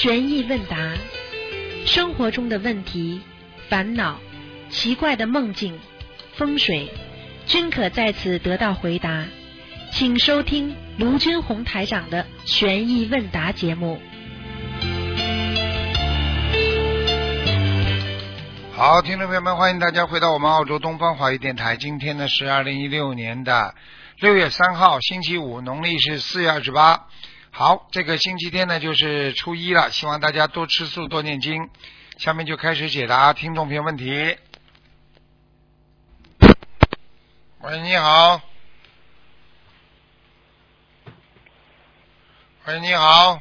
悬疑问答，生活中的问题、烦恼、奇怪的梦境、风水，均可在此得到回答。请收听卢军红台长的悬疑问答节目。 好，听众朋友们，欢迎大家回到我们澳洲东方华语电台。今天呢是2016年的6月3号，星期五，农历是4月28。好，这个星期天呢就是初一了，希望大家多吃素，多念经。下面就开始解答听众朋友问题。喂，你好。喂，你好。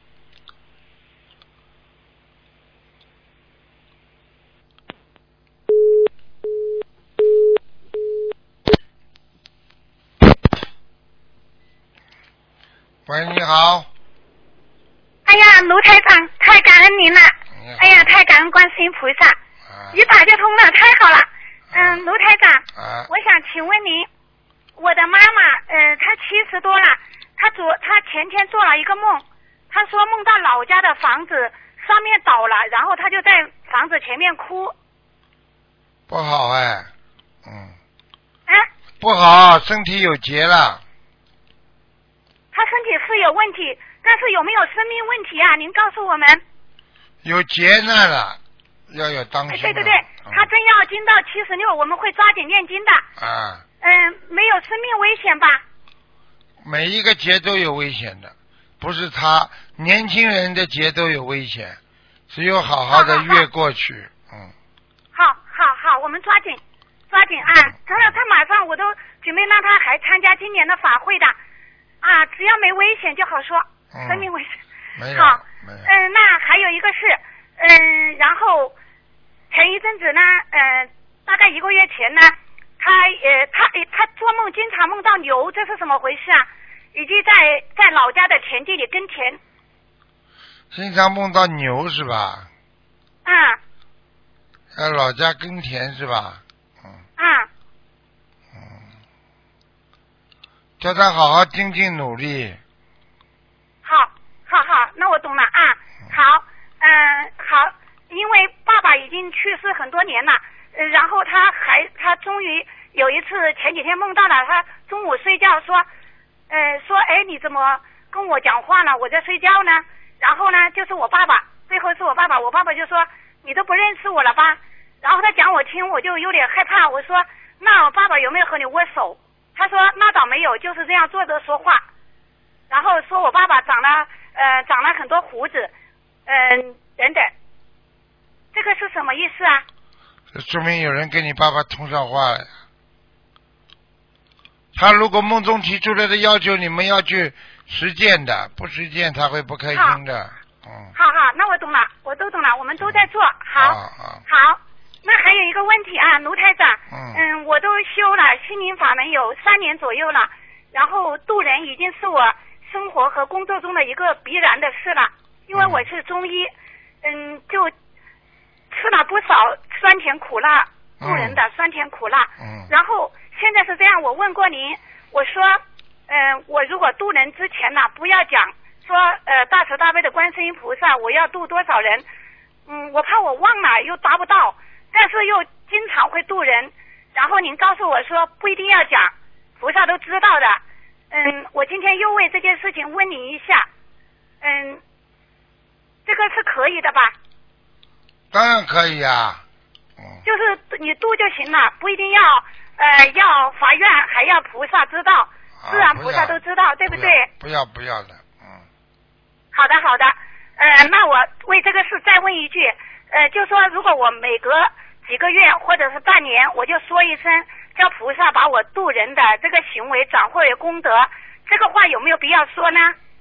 喂，你好。 哎呀，卢台长，太感恩您了。哎呀，太感恩观世音菩萨。你打得通了，太好了。卢台长，我想请问您，我的妈妈，她70多了，她前天做了一个梦，她说梦到老家的房子上面倒了，然后她就在房子前面哭。 不好哎，不好，身体有结了。 他身体是有问题，但是有没有生命问题啊？您告诉我们。 有劫难了，要有当心。 对，他真要经到76，我们会抓紧念经的。没有生命危险吧？ 每一个劫都有危险的，不是他，年轻人的劫都有危险，只有好好的越过去。 好，我们抓紧啊！他马上我都准备让他还参加今年的法会的。啊，只要没危险就好说，生命危险。 没有。 好，那还有一个是，然后前一阵子呢，大概1个月前呢，他做梦经常梦到牛，这是怎么回事啊？以及在老家的田地里耕田。 经常梦到牛是吧？在老家耕田是吧？叫他好好精进努力。 好，那我懂了啊。好，因为爸爸已经去世很多年了，然后他终于有一次前几天梦到了，他中午睡觉说哎你怎么跟我讲话了？我在睡觉呢。然后呢就是我爸爸，最后是我爸爸就说你都不认识我了吧？然后他讲我听，我就有点害怕，我说那我爸爸有没有和你握手？他说那倒没有，就是这样坐着说话。然后说我爸爸长了很多胡子，等等，这个是什么意思啊？ 这说明有人跟你爸爸通上话了。他如果梦中提出来的要求，你们要去实践的，不实践他会不开心的。 好，那我懂了，我都懂了，我们都在做。好。那还有一个问题啊，卢台长，我都修了心灵法门有3年左右了，然后渡人已经是我生活和工作中的一个必然的事了，因为我是中医，就吃了不少酸甜苦辣，渡人的酸甜苦辣，然后现在是这样，我问过您，我说，我如果渡人之前呢，不要讲说大慈大悲的观世音菩萨，我要渡多少人，我怕我忘了又达不到。但是又经常会渡人，然后您告诉我说不一定要讲，菩萨都知道的。我今天又为这件事情问你一下，这个是可以的吧？ 当然可以啊。 就是你渡就行了，不一定要要法院还要菩萨知道，自然菩萨都知道，对不对？ 不要的。 好的。那我为这个事再问一句。就说如果我每隔几个月或者是半年，我就说一声叫菩萨把我渡人的这个行为转化为功德，这个话有没有必要说呢？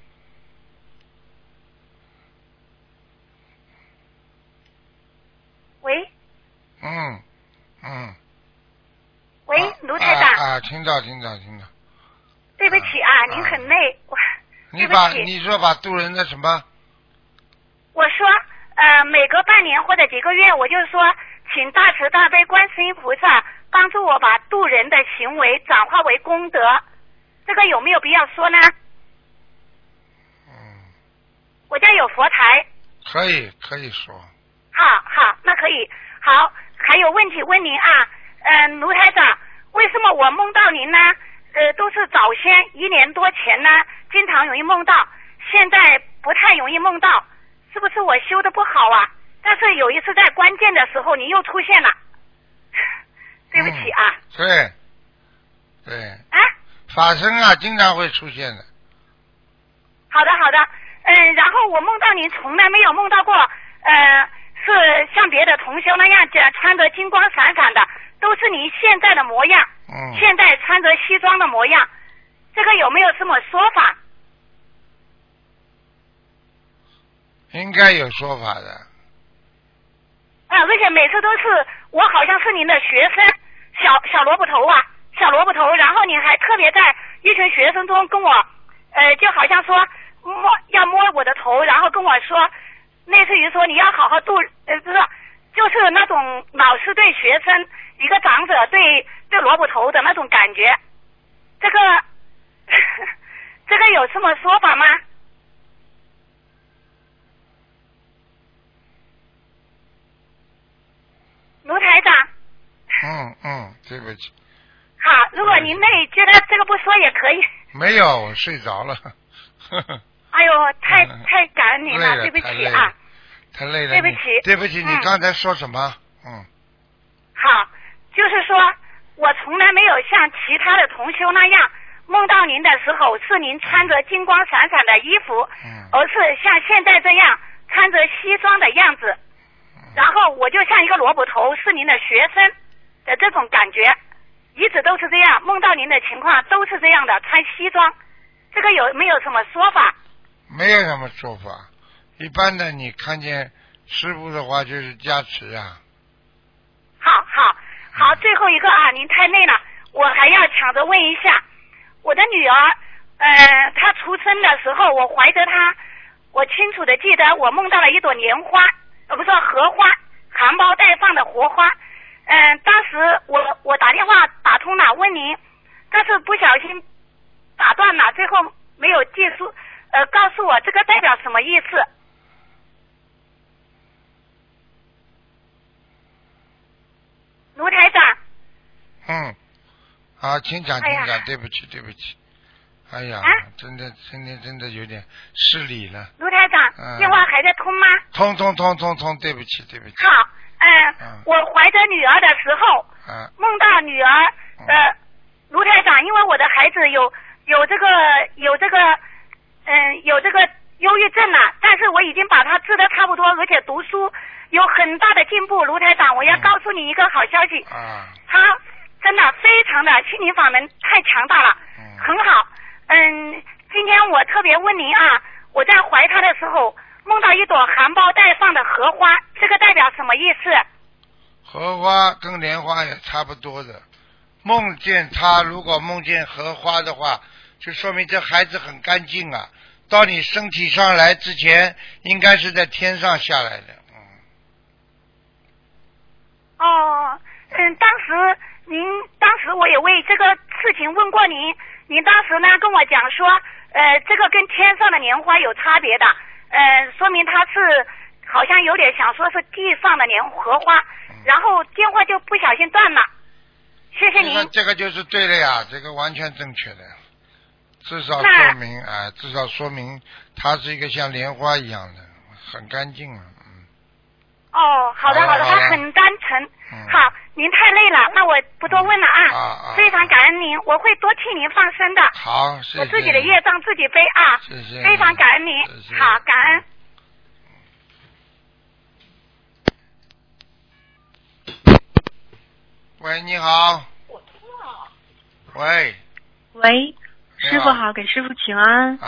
喂。喂，卢台长。 听到。 对不起啊，您很累， 你说把渡人的什么？ 我说。每隔半年或者几个月，我就说，请大慈大悲观世音菩萨帮助我把渡人的行为转化为功德，这个有没有必要说呢？我家有佛台， 可以说。 好，那可以。好，还有问题问您啊，卢台长，为什么我梦到您呢？都是早先1年多前呢，经常容易梦到，现在不太容易梦到，是不是我修的不好啊？但是有一次在关键的时候，您又出现了，对不起啊。 对。啊？法身啊，经常会出现的。 好的。然后我梦到您从来没有梦到过，是像别的同修那样穿着金光闪闪的，都是您现在的模样。现在穿着西装的模样，这个有没有什么说法？ 应该有说法的。 而且每次都是我好像是您的学生，小萝卜头啊，然后您还特别在一群学生中跟我，就好像说要摸我的头，然后跟我说，类似于说你要好好就是那种老师对学生，一个长者对萝卜头的那种感觉，这个有什么说法吗？卢台长。 对不起。 好，如果您累，觉得这个不说也可以。 没有，我睡着了。 哎呦，太感恩您了，对不起啊。 太累了。 对不起， 你刚才说什么？ 好，就是说我从来没有像其他的同修那样梦到您的时候是您穿着金光闪闪的衣服，而是像现在这样穿着西装的样子，然后我就像一个萝卜头，是您的学生的这种感觉，一直都是这样，梦到您的情况都是这样的，穿西装，这个有没有什么说法？ 没有什么说法，一般的你看见师父的话就是加持啊。 好，最后一个啊，您太累了，我还要抢着问一下，我的女儿，她出生的时候，我怀着她，我清楚的记得我梦到了一朵莲花，不是荷花，含苞待放的荷花，当时我打电话打通了问您，但是不小心打断了，最后没有记住，告诉我这个代表什么意思？卢台长。 请讲，对不起。哎呀，真的有点失礼了。 卢台长，电话还在通吗？ 通，对不起。 好，我怀着女儿的时候，梦到女儿，卢台长，因为我的孩子有这个忧郁症了，但是我已经把他治得差不多，而且读书有很大的进步。卢台长，我要告诉你一个好消息，他真的非常的心灵法门太强大了，很好。今天我特别问您啊，我在怀他的时候梦到一朵含苞待放的荷花，这个代表什么意思？ 荷花跟莲花也差不多的，如果梦见荷花的话，就说明这孩子很干净啊，到你身体上来之前应该是在天上下来的。 当时我也为这个事情问过您，您当时呢跟我讲说，这个跟天上的莲花有差别的，说明他是好像有点想说是地上的荷花，然后电话就不小心断了。谢谢您。 这个就是对的呀，这个完全正确的，至少说明它是一个像莲花一样的，很干净啊。 好的，他很单纯。好，您太累了，那我不多问了啊。非常感恩您，我会多替您放生的。 好，谢谢。 我自己的业障自己背啊。 谢谢。 非常感恩您。 谢谢。 好，感恩。 喂，你好。喂。 喂，师傅好，给师傅请安。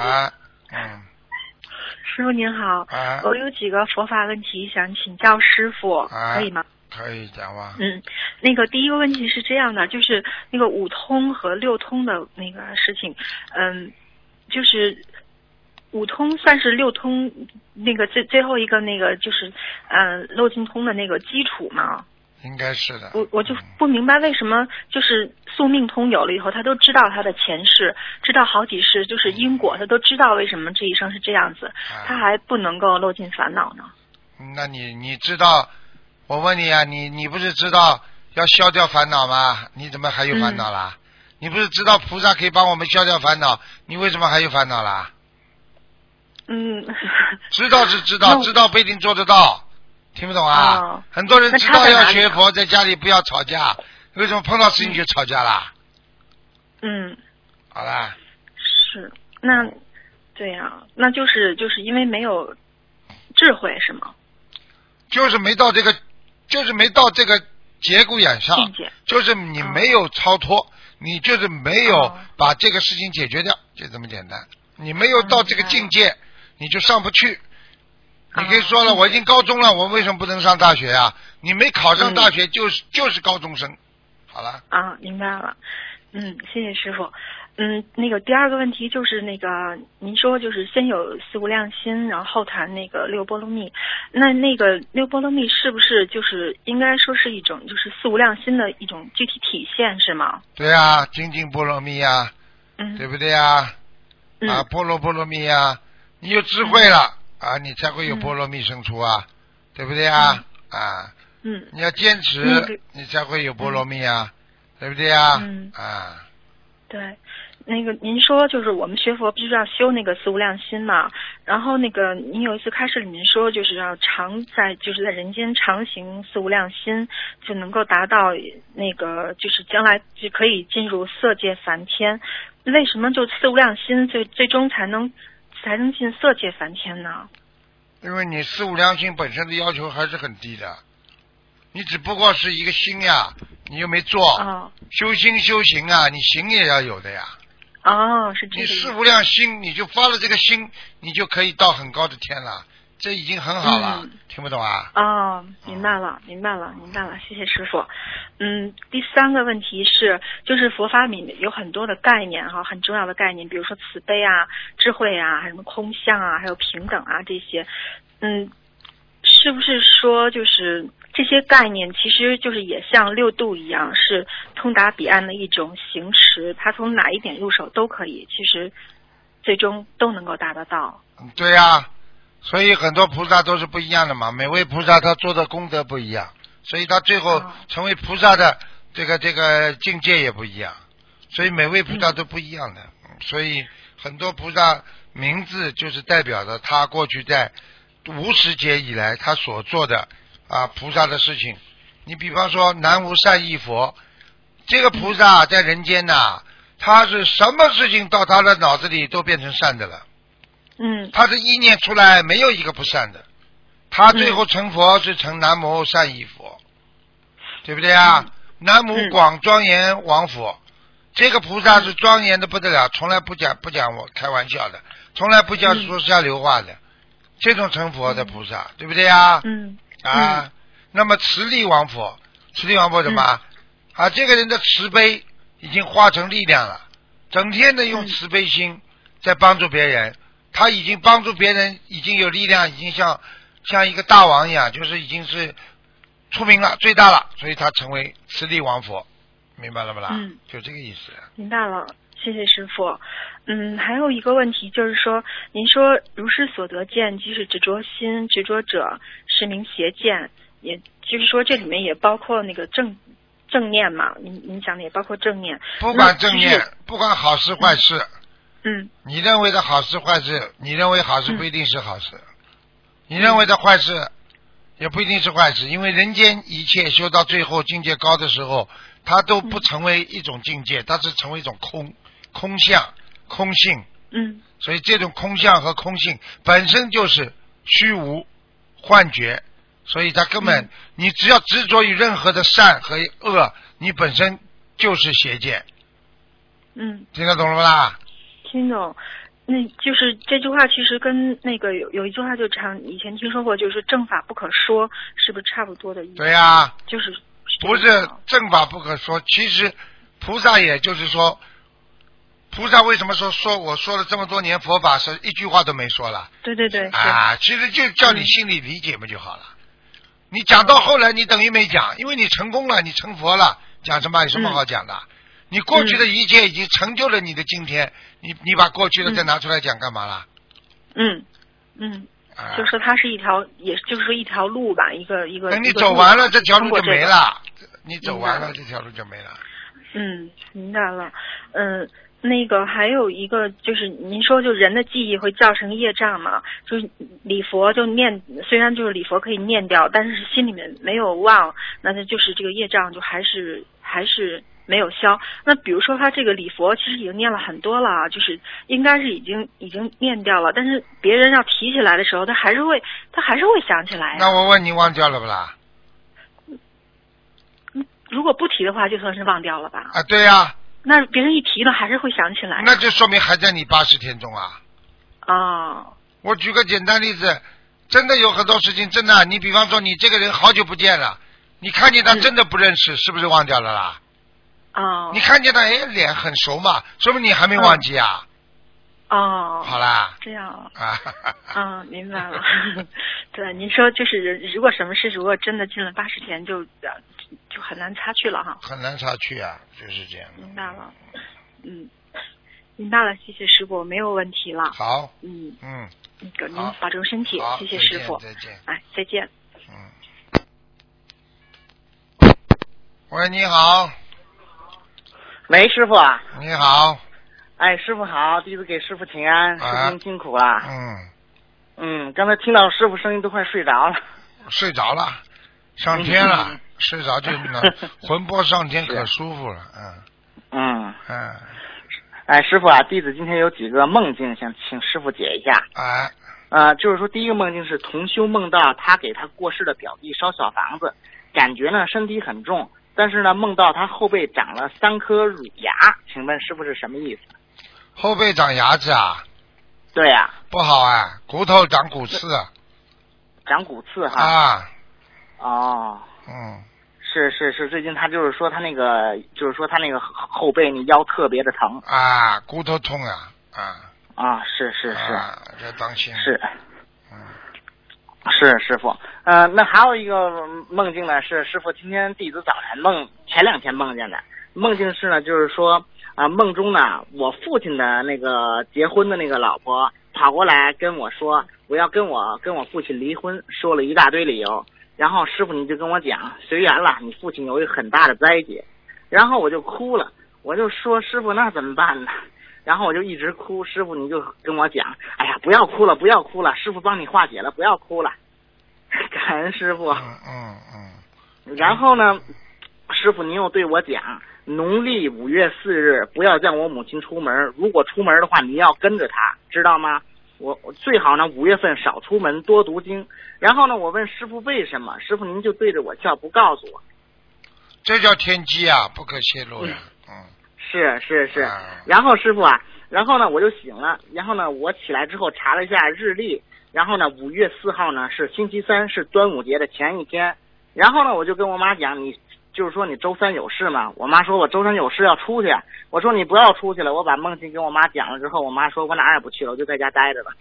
师傅您好，我有几个佛法问题想请教师傅，可以吗？ 可以讲吧。 那个第一个问题是这样的，就是那个五通和六通的那个事情，就是五通算是六通那个最后一个那个就是漏尽通的那个基础吗？ 应该是的。 我就不明白为什么就是宿命通有了以后，他都知道他的前世，知道好几世就是因果，他都知道为什么这一生是这样子，他还不能够落尽烦恼呢？ 那你知道？我问你啊，你不是知道要消掉烦恼吗？你怎么还有烦恼啦？你不是知道菩萨可以帮我们消掉烦恼，你为什么还有烦恼啦？知道是知道，知道不一定做得到，听不懂啊？很多人知道要学佛，在家里不要吵架，为什么碰到事情就吵架啦？好啦。 是，那对呀，那就是因为没有智慧是吗？就是没到这个节骨眼上，就是你没有超脱，你就是没有把这个事情解决掉，就这么简单。你没有到这个境界，你就上不去。你可以说了，我已经高中了，我为什么不能上大学啊？你没考上大学就是高中生。好了。 明白了。谢谢师傅。那个第二个问题就是那个您说就是先有四无量心，然后后谈那个六波罗蜜。那个六波罗蜜是不是就是应该说是一种就是四无量心的一种具体体现是吗？ 对啊，精进波罗蜜啊，对不对啊？波罗蜜啊，你有智慧了你才会有波罗蜜生出啊，对不对啊？你要坚持，你才会有波罗蜜啊，对不对啊？ 对，那个您说就是我们学佛必须要修那个四无量心嘛，然后那个您有一次开示里面说就是要就是在人间常行四无量心，就能够达到那个就是将来就可以进入色界梵天。为什么就四无量心最终才能进色界梵天呢？ 因为你四无量心本身的要求还是很低的，你只不过是一个心呀，你又没做。修心修行啊，你行也要有的呀。 是这个。你四无量心，你就发了这个心，你就可以到很高的天了，这已经很好了。听不懂啊？ 明白了，谢谢师傅。第三个问题是，就是佛法里面有很多的概念很重要的概念，比如说慈悲啊、智慧啊、还有什么空相啊、还有平等啊这些。是不是说就是这些概念其实就是也像六度一样，是通达彼岸的一种行持，它从哪一点入手都可以，其实最终都能够达得到。 对呀，所以很多菩萨都是不一样的嘛，每位菩萨他做的功德不一样，所以他最后成为菩萨的这个境界也不一样，所以每位菩萨都不一样的。所以很多菩萨名字就是代表着他过去在无始劫以来他所做的菩萨的事情。你比方说南无善意佛，这个菩萨在人间他是什么事情到他的脑子里都变成善的了。他的意念出来没有一个不善的，他最后成佛是成南无善意佛，对不对啊？南无广庄严王佛，这个菩萨是庄严的不得了，从来不讲我开玩笑的，从来不讲说下流话的，这种成佛的菩萨，对不对啊？那么慈力王佛什么这个人的慈悲已经化成力量了，整天的用慈悲心在帮助别人，他已经帮助别人，已经有力量，已经像一个大王一样，就是已经是出名了，最大了，所以他成为慈力王佛，明白了不啦？就这个意思。 明白了，谢谢师父。还有一个问题就是说，您说如是所得见，即是执着心，执着者是名邪见，也就是说这里面也包括那个正念嘛？您讲的也包括正念。 不管正念，不管好事坏事。你认为的好事坏事，你认为好事不一定是好事，你认为的坏事也不一定是坏事，因为人间一切修到最后境界高的时候，它都不成为一种境界，它是成为一种空相空性。所以这种空相和空性本身就是虚无幻觉，所以它根本你只要执着于任何的善和恶，你本身就是邪见。听得懂了不啦？ 听懂。那就是这句话其实跟那个有一句话就以前听说过，就是正法不可说，是不是差不多的意思？ 对呀， 就是不是正法不可说，其实菩萨也就是说，菩萨为什么说我说了这么多年佛法是一句话都没说了？ 对。 其实就叫你心里理解嘛就好了。 你讲到后来，你等于没讲，因为你成功了，你成佛了，讲什么有什么好讲的？你过去的一切已经成就了你的今天，你把过去的再拿出来讲干嘛了？ 就说它是一条，也就是说一条路吧，一个。 等你走完了，这条路就没了。你走完了，这条路就没了。 明白了。那个还有一个就是您说就人的记忆会造成业障嘛，就是礼佛就念，虽然就是礼佛可以念掉，但是心里面没有忘，那就是这个业障就还是没有消。那比如说他这个礼佛其实已经念了很多了啊，就是应该是已经念掉了，但是别人要提起来的时候他还是会想起来。 那我问你忘掉了不啦？ 如果不提的话就算是忘掉了吧？ 啊，对呀。 那别人一提了还是会想起来。 那就说明还在你80天中啊。我举个简单例子，真的有很多事情真的，你比方说你这个人好久不见了，你看见他真的不认识，是不是忘掉了啦？你看见他脸很熟嘛，说明你还没忘记啊。好啦。 这样明白了。对，您说就是如果什么事如果真的进了80天就很难擦去了哈。 很难擦去啊，就是这样。 明白了。明白了，谢谢师傅，没有问题了。 好。 您保重身体，谢谢师傅。 再见。 再见。 喂，你好。 喂，师傅啊。 你好。 师傅好，弟子给师傅请安，师傅您辛苦了。刚才听到师傅声音都快睡着了。 睡着了，上天了，睡着就能魂魄上天，可舒服了。 师傅啊，弟子今天有几个梦境想请师傅解一下。就是说第一个梦境是同修梦到他给他过世的表弟烧小房子，感觉呢身体很重，但是呢梦到他后背长了3颗乳牙，请问师傅是什么意思？ 后背长牙子啊？ 对呀。 不好啊，骨头长骨刺。 长骨刺哈。是，最近他就是说他那个后背你腰特别的疼。 骨头痛啊。 是。 要当心。 是师傅。那还有一个梦境呢，是师傅今天弟子早晨前2天梦见的。梦境是呢，就是说梦中呢，我父亲的那个结婚的那个老婆跑过来跟我说，我要跟我父亲离婚，说了一大堆理由。然后师傅你就跟我讲，随缘了，你父亲有一个很大的灾劫。然后我就哭了，我就说师傅那怎么办呢？然后我就一直哭，师傅你就跟我讲，哎呀不要哭了，师傅帮你化解了，不要哭了。感恩师傅。然后呢，师傅您又对我讲，农历5月4日不要叫我母亲出门，如果出门的话你要跟着她，知道吗？我最好呢5月份少出门，多读经。然后呢我问师傅为什么，师傅您就对着我笑，不告诉我。 这叫天机啊，不可泄露呀。 是。然后师傅啊，然后呢我就醒了，然后呢我起来之后查了一下日历，然后呢5月4号呢是星期3，是端午节的前一天。然后呢我就跟我妈讲，你就是说你周3有事吗？我妈说我周3有事要出去。我说你不要出去了，我把梦境跟我妈讲了之后，我妈说我哪儿也不去了，我就在家待着了。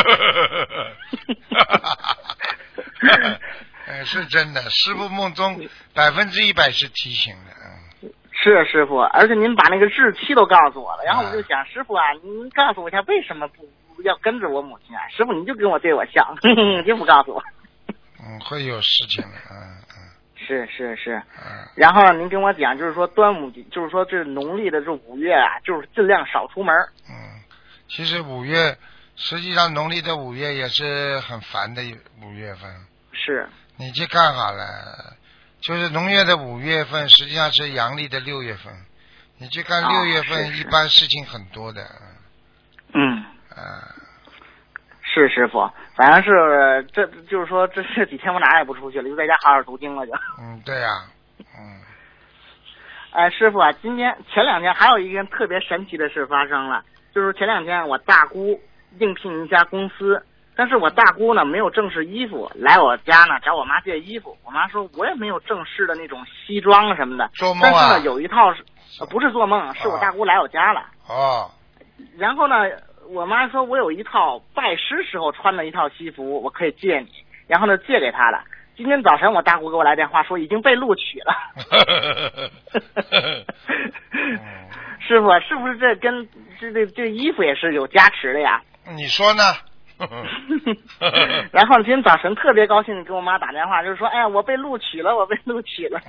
是真的，师傅梦中100%是提醒的。 是师傅，而且您把那个日期都告诉我了，然后我就想师傅啊，您告诉我一下为什么不要跟着我母亲啊？师傅你就跟我对我笑，就不告诉我。 会有事情的。 是。然后呢您跟我讲，就是说端午，就是说这农历的这5月啊，就是尽量少出门。 其实5月，实际上农历的5月也是很烦的5月份。 是。 你去看好了，就是农业的5月份，实际上是阳历的6月份。你去看6月份，一般事情很多的。 是师傅，反正是这就是说这几天我哪也不出去了，就在家好好读经了就。 对呀。 师傅啊，前2天还有一件特别神奇的事发生了，就是前2天我大姑应聘一家公司，但是我大姑呢没有正式衣服，来我家呢找我妈借衣服。我妈说我也没有正式的那种西装什么的， 做梦啊。 但是呢有一套不是做梦，是我大姑来我家了。然后呢我妈说我有一套拜师时候穿的一套西服，我可以借你，然后呢借给她了。 今天早晨我大姑给我来电话说已经被录取了。师傅，是不是这跟这衣服也是有加持的呀？ 你说呢？ 然后今天早晨特别高兴，给我妈打电话，就是说，哎呀，我被录取了，我被录取了。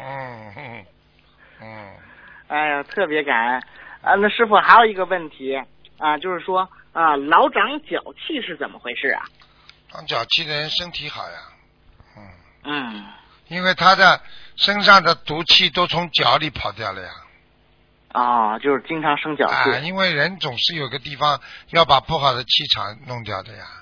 哎呀，特别感恩啊！那师傅还有一个问题啊，就是说啊，老长脚气是怎么回事啊？ 长脚气的人身体好呀。因为他的身上的毒气都从脚里跑掉了呀。 哦，就是经常生脚气。 因为人总是有个地方要把不好的气场弄掉的呀。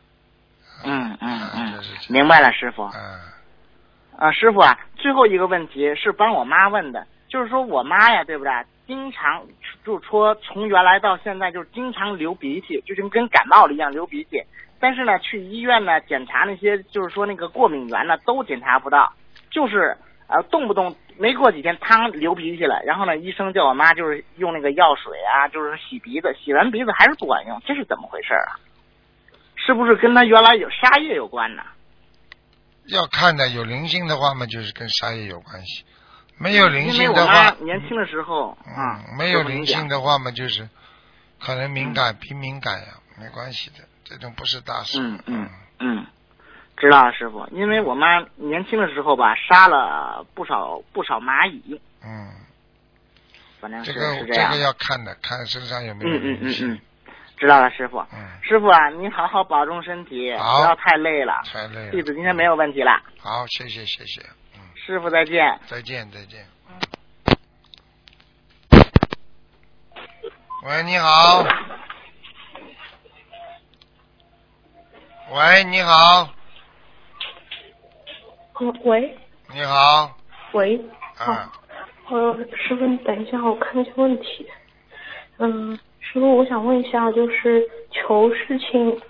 明白了，师傅。师傅啊，最后一个问题是帮我妈问的，就是说我妈呀，对不对？经常就是说从原来到现在就是经常流鼻涕，就是跟感冒了一样流鼻涕。但是呢，去医院呢检查那些就是说那个过敏源呢都检查不到，就是动不动没过几天她流鼻涕了，然后呢医生叫我妈就是用那个药水啊，就是洗鼻子，洗完鼻子还是不管用，这是怎么回事啊？是不是跟她原来有沙叶有关呢？ 要看的，有灵性的话嘛，就是跟沙叶有关系；没有灵性的话， 因为我妈年轻的时候没有灵性的话嘛，就是可能敏感，比敏感呀，没关系的，这种不是大事。 知道了，师傅。因为我妈年轻的时候吧，杀了不少蚂蚁。反正是这样。 这个要看的，看身上有没有灵性。 知道了，师傅。师傅啊，您好好保重身体，不要太累了。 太累了。 弟子今天没有问题了。 好，谢谢。 师傅再见。 再见。喂，你好。喂，你好。 喂。 你好。 喂。师傅，你等一下，我看一下问题。师傅，我想问一下，就是求事情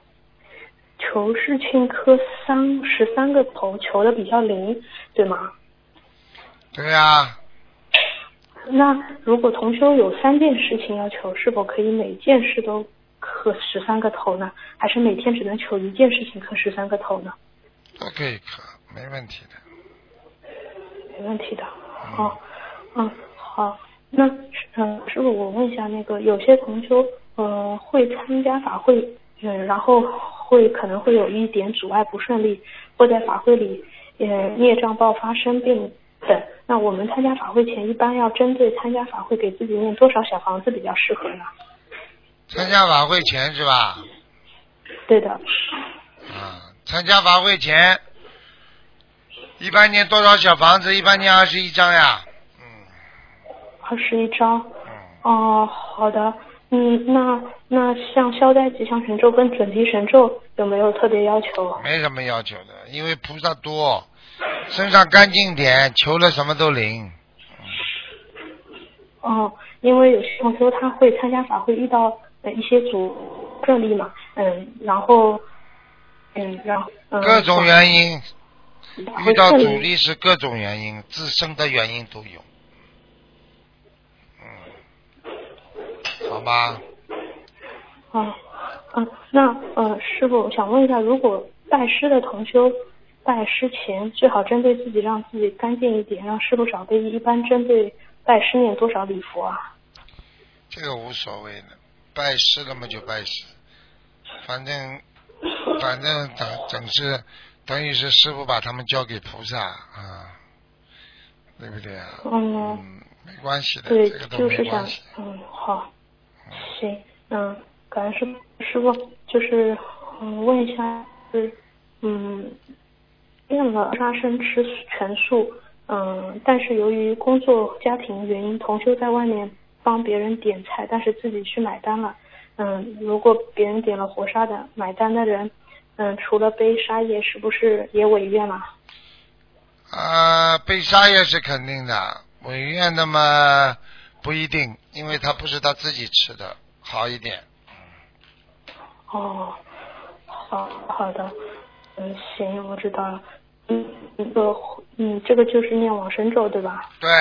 磕13个头，求的比较灵，对吗？ 对呀。 那如果同修有3件事情要求，是否可以每件事都磕13个头呢？还是每天只能求1件事情磕13个头呢？ 都可以磕，没问题的。 没问题的。好。那师傅，我问一下，那个有些同修会参加法会，然后可能会有一点阻碍不顺利，或在法会里孽障爆发、生病等。那我们参加法会前一般要针对参加法会给自己念多少小房子比较适合呢？ 参加法会前是吧？ 对的。 参加法会前一般念多少小房子？一般念21张呀。 21张。好的。那像消灾吉祥神咒跟准提神咒有没有特别要求？ 没什么要求的，因为菩萨多，身上干净点，求了什么都灵。 因为有些同修他会参加法会遇到一些顺利嘛，然后各种原因遇到阻力是各种原因，自身的原因都有。好吧。 那师傅，我想问一下，如果拜师的同修拜师前最好针对自己，让自己干净一点，让师傅少背。一般针对拜师念多少礼佛啊？ 这个无所谓的，拜师了嘛就拜师，反正等于是师傅把他们交给菩萨对不对啊？没关系的， 对， 这个都没关系。 好，行，感恩师傅，就是问一下，念了杀生吃全素，但是由于工作家庭原因，同修在外面帮别人点菜，但是自己去买单了。如果别人点了活杀的，买单的人，除了背杀业，是不是也违愿了？ 背杀业是肯定的，违愿的嘛不一定，因为他不是他自己吃的，好一点。 好的，行，我知道了。这个就是念往生咒对吧？ 对。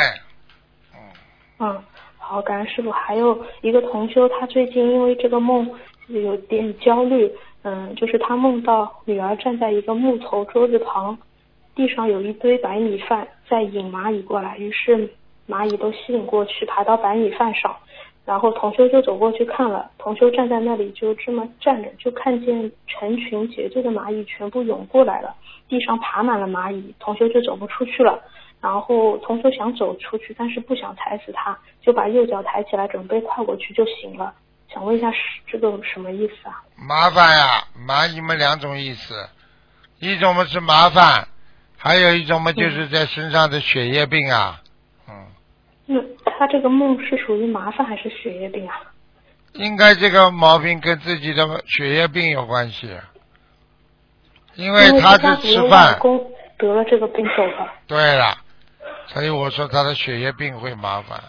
好，感恩师傅。还有一个同修，他最近因为这个梦有点焦虑，就是他梦到女儿站在一个木头桌子旁， 地上有一堆白米饭在引蚂蚁过来，于是蚂蚁都吸引过去，爬到白米饭上。然后同修就走过去看了，同修站在那里就这么站着，就看见成群结队的蚂蚁全部涌过来了，地上爬满了蚂蚁，同修就走不出去了。然后同修想走出去，但是不想踩死它，就把右脚抬起来准备跨过去就行了。想问一下这个什么意思啊？麻烦呀，蚂蚁们两种意思，一种嘛是麻烦，还有一种嘛就是在身上的血液病啊。 那他这个梦是属于麻烦还是血液病啊？ 应该这个毛病跟自己的血液病有关系，因为他是吃饭。 公得了这个病走了。 对了，所以我说他的血液病会麻烦。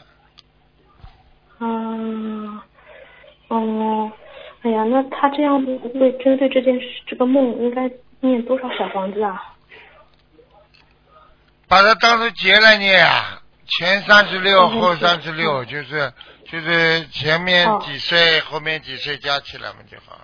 哎呀，那他这样会针对这个梦应该念多少小房子啊？ 把它当成节来念啊，前36后36，就是前面几岁后面几岁加起来嘛就好。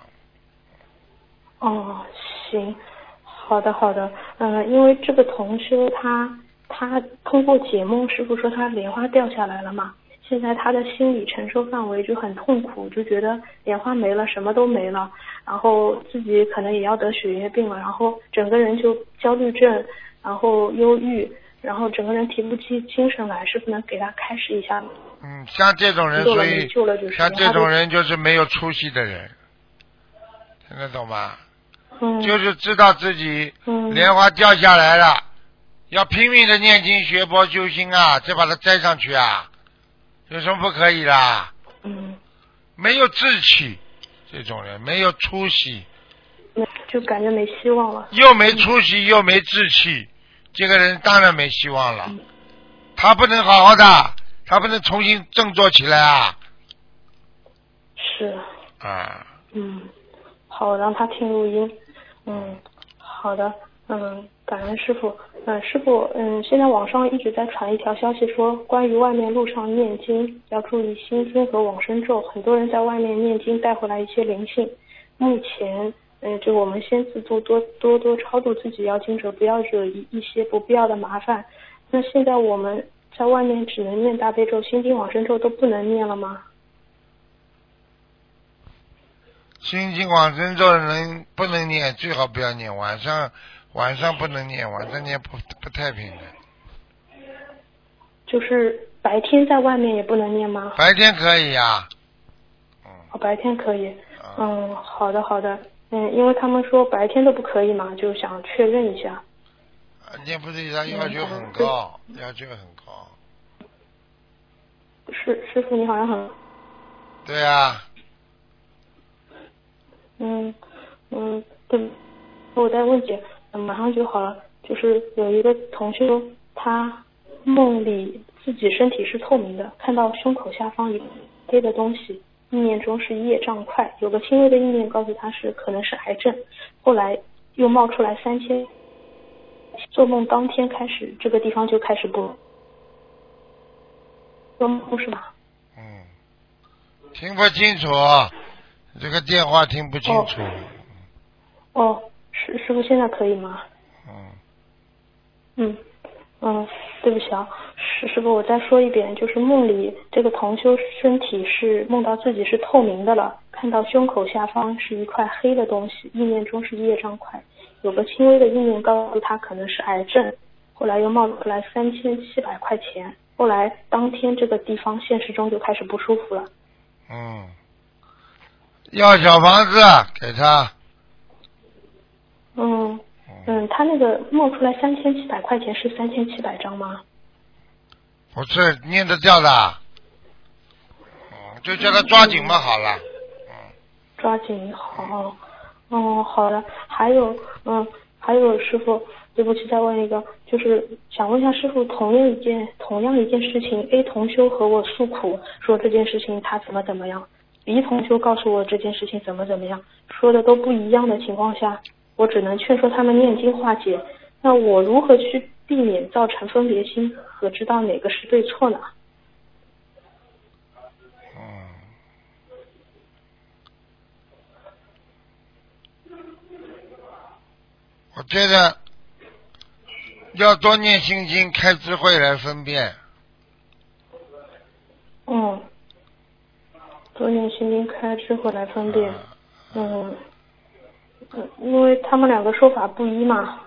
行，好的。因为这个同修他通过解梦，师傅说他莲花掉下来了嘛，现在他的心理承受范围就很痛苦，就觉得莲花没了，什么都没了，然后自己可能也要得血液病了，然后整个人就焦虑症，然后忧郁，然后整个人提不起精神来，师傅能给他开示一下吗？ 像这种人，所以像这种人就是没有出息的人，听得懂吗？就是知道自己莲花掉下来了，要拼命的念经学佛修心啊，再把它摘上去啊，有什么不可以啦？没有志气，这种人没有出息， 就感觉没希望了。 又没出息又没志气，这个人当然没希望了。他不能好好的，他不能重新振作起来啊。 是。好，让他听录音。好的。感恩师傅。师傅，现在网上一直在传一条消息说，关于外面路上念经要注意心经和往生咒，很多人在外面念经带回来一些灵性。目前，就我们先自度，多超度自己要经者，不要惹一些不必要的麻烦。那现在我们在外面只能念大悲咒、心经、往生咒都不能念了吗？ 心经往生咒不能念，最好不要念，晚上不能念，晚上念不太平的。 就是白天在外面也不能念吗？ 白天可以呀。 白天可以。好的。因为他们说白天都不可以嘛，就想确认一下。 念不对，他要求很高， 师傅你好像很。 对啊。 对，我再问姐，马上就好了。就是有一个同修，他梦里自己身体是透明的，看到胸口下方有黑的东西，意念中是业障块，有个轻微的意念告诉他可能是癌症，后来又冒出来3000。做梦当天开始，这个地方就开始不做梦是吧？ 听不清楚，这个电话听不清楚。 师傅现在可以吗？对不起啊，师傅我再说一遍，就是梦里这个同修身体是梦到自己是透明的了，看到胸口下方是一块黑的东西，意念中是业障块，有个轻微的意念告诉他可能是癌症，后来又冒出来3700块钱，后来当天这个地方现实中就开始不舒服了。 要小房子给他。 他那个冒出来3700块钱是3700张吗？ 不是，念得掉的。就叫他抓紧嘛，好了。 抓紧好。好的。还有师傅，对不起，再问一个，就是想问一下师傅，同样一件事情 ，A 同修和我诉苦，说这件事情他怎么样 ，B 同修告诉我这件事情怎么样，说的都不一样的情况下，我只能劝说他们念经化解。那我如何去避免造成分别心和知道哪个是对错呢？ 我觉得要多念心经，开智慧来分辨。 多念心经，开智慧来分辨。因为他们两个说法不一嘛。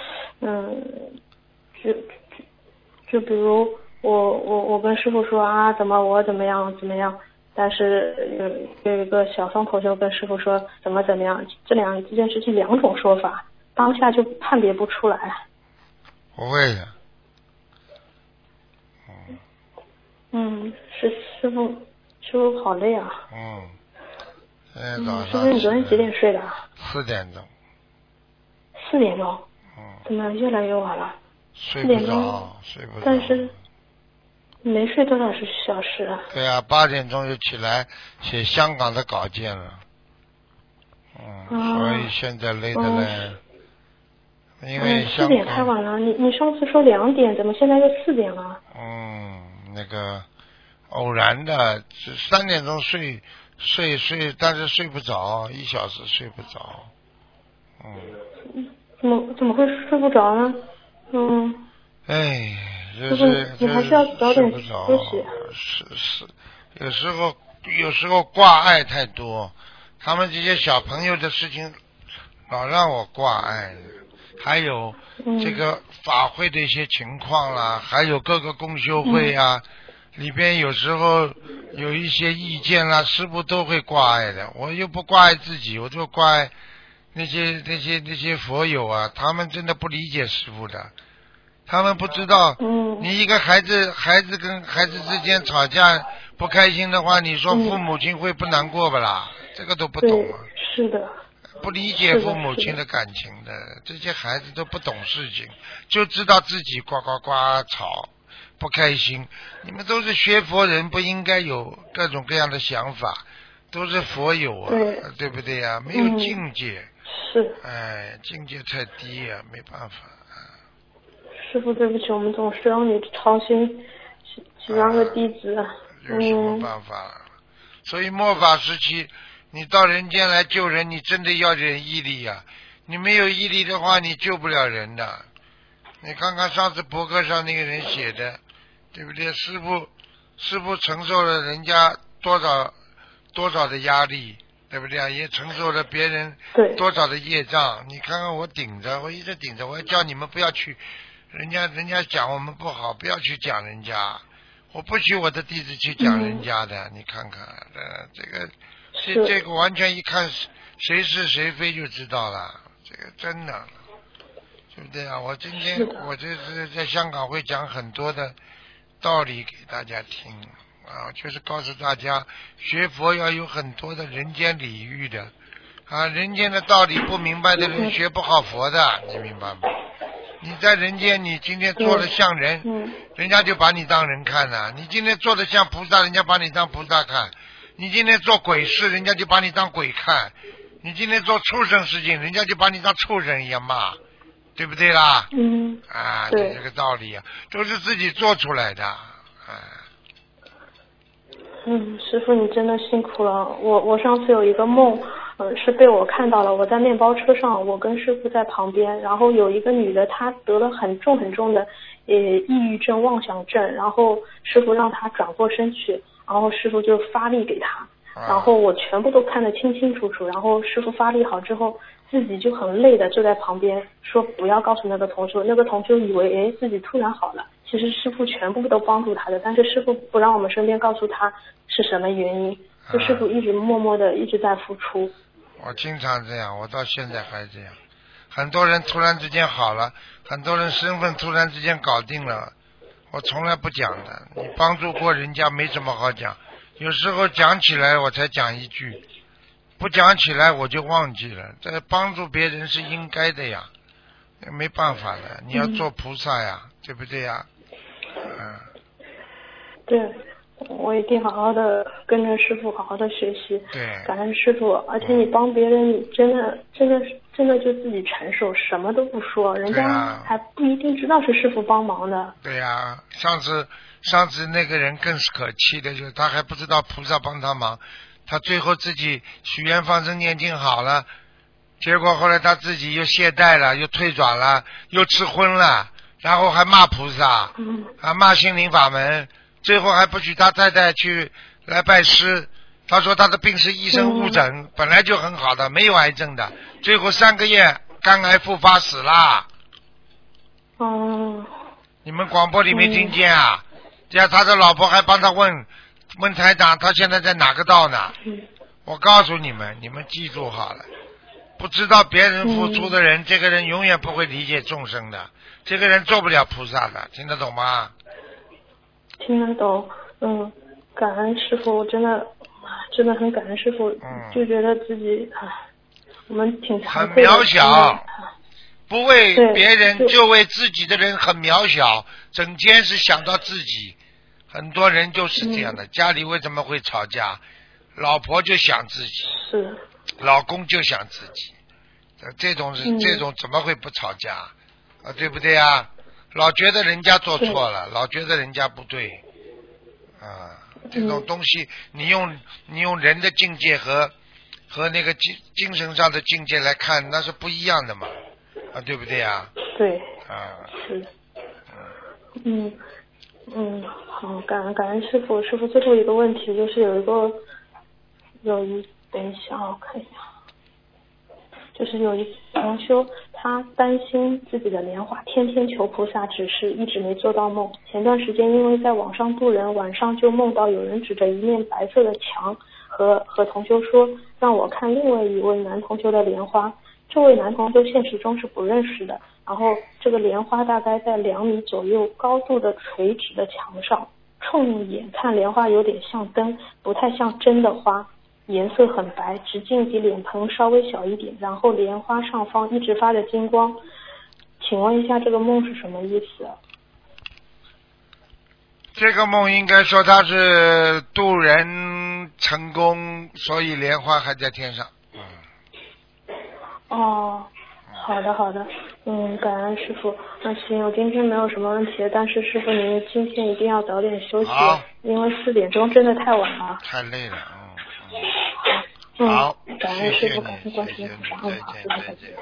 就比如我跟师傅说啊，我怎么样，但是有一个小双头就跟师傅说怎么样，这件事情两种说法，当下就判别不出来。 不会的。 师傅好累啊。 现在早上。 师傅，你昨天几点睡的 ？4点钟。 4点钟。怎么越来越晚了？ 睡不着。 但是没睡多少小时啊？ 对啊，8点钟就起来写香港的稿件了。所以现在累得嘞。因为 4点太晚了，你上次说2点，怎么现在又4点了？ 那个偶然的，3点钟睡，但是睡不着，1小时睡不着。 怎么会睡不着呢？你还是要早点休息。 是，有时候挂碍太多，他们这些小朋友的事情老让我挂碍，还有这个法会的一些情况啦，还有各个共修会啊，里边有时候有一些意见啦，师父都会挂碍的。我又不挂碍自己，我就挂碍那些佛友啊，他们真的不理解师父的，他们不知道。你一个孩子跟孩子之间吵架不开心的话，你说父母亲会不难过吧啦？这个都不懂啊。 是的。 不理解父母亲的感情的，这些孩子都不懂事情，就知道自己呱呱呱吵，不开心。你们都是学佛人，不应该有各种各样的想法，都是佛友啊，对不对呀？没有境界。 是。 境界太低啊，没办法。 师父，对不起，我们总是让你操心几万个弟子。 有什么办法？所以末法时期，你到人间来救人，你真的要点毅力啊！你没有毅力的话，你救不了人的。你看看上次博客上那个人写的，对不对？师父承受了人家多少的压力，对不对啊？也承受了别人多少的业障。你看看我一直顶着，我要叫你们不要去，人家讲我们不好，不要去讲人家。我不许我的弟子去讲人家的，你看看，这个完全一看谁是谁非就知道了，这个真的，对不对啊？我今天我这是在香港会讲很多的道理给大家听啊，就是告诉大家学佛要有很多的人间礼遇的啊，人间的道理不明白的人学不好佛的，你明白吗？你在人间，你今天做的像人，人家就把你当人看了；你今天做的像菩萨，人家把你当菩萨看；你今天做鬼事，人家就把你当鬼看；你今天做畜生事情，人家就把你当畜生一样骂，对不对啦？这个道理啊，都是自己做出来的。 师父你真的辛苦了。我上次有一个梦，是被我看到了。我在面包车上，我跟师父在旁边，然后有一个女的，她得了很重的抑郁症、妄想症，然后师父让她转过身去，然后师父就发力给她，然后我全部都看得清清楚楚。然后师父发力好之后，自己就很累的坐在旁边，说不要告诉那个同修。那个同修以为自己突然好了，其实师父全部都帮助他的，但是师父不让我们身边告诉他是什么原因，就师父一直默默的一直在付出。 我经常这样，我到现在还这样。很多人突然之间好了，很多人身份突然之间搞定了，我从来不讲的。你帮助过人家没什么好讲，有时候讲起来我才讲一句，不讲起来我就忘记了。这帮助别人是应该的呀，没办法的，你要做菩萨呀，对不对呀？ 对，我一定好好的跟着师父好好的学习， 对， 感恩师父。而且你帮别人，你真的就自己承受，什么都不说，人家还不一定知道是师父帮忙的。 对呀，上次那个人更是可气的，就是他还不知道菩萨帮他忙，他最后自己许愿放生念经好了，结果后来他自己又懈怠了，又退转了，又吃荤了， 然后还骂菩萨，还骂心灵法门，最后还不许他太太去来拜师。他说他的病是医生误诊，本来就很好的，没有癌症的，最后3个月肝癌复发死了。你们广播里没听见啊？这样他的老婆还帮他问台长，他现在在哪个道呢？我告诉你们，你们记住好了，不知道别人付出的人，这个人永远不会理解众生的，这个人做不了菩萨的，听得懂吗？ 听得懂，感恩师父，我真的很感恩师父，就觉得自己我们挺惭愧的， 很渺小，不为别人就为自己的人很渺小，整天是想到自己。很多人就是这样的，家里为什么会吵架？老婆就想自己， 是， 老公就想自己，这种怎么会不吵架啊？对不对啊？老觉得人家做错了，老觉得人家不对啊，这种东西，你用人的境界和那个精神上的境界来看，那是不一样的嘛，啊，对不对啊？ 对， 啊， 是，好，感恩师父。师父最后一个问题就是等一下，我看一下，就是有一同修，他担心自己的莲花，天天求菩萨指示，一直没做到梦。前段时间因为在网上渡人，晚上就梦到有人指着一面白色的墙和同修说，让我看另外一位男同修的莲花。这位男同修现实中是不认识的，然后这个莲花大概在2米左右高度的垂直的墙上，冲眼看莲花有点像灯，不太像真的花，颜色很白，直径比脸盆稍微小一点，然后莲花上方一直发着金光。请问一下，这个梦是什么意思？ 这个梦应该说他是渡人成功，所以莲花还在天上。 好的，感恩师父。那行，我今天没有什么问题，但是师父您今天一定要早点休息，因为4点钟真的太晚了。 太累了， 好，感恩师父，感恩观世音菩萨，好，再见。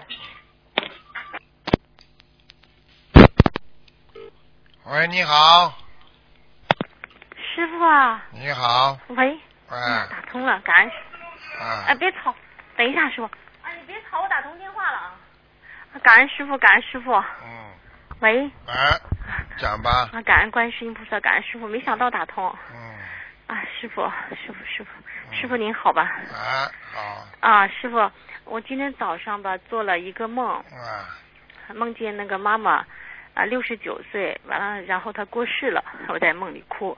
喂，你好。 师父啊。 你好。 喂。打通了，感恩。别吵，等一下，师父。你别吵，我打通电话了啊！感恩师父，感恩师父。喂。 讲吧。 感恩观世音菩萨，感恩师父，没想到打通。师父，师父您好吧？好。师父，我今天早上吧做了一个梦。梦见那个妈妈69岁，完了，然后她过世了，我在梦里哭。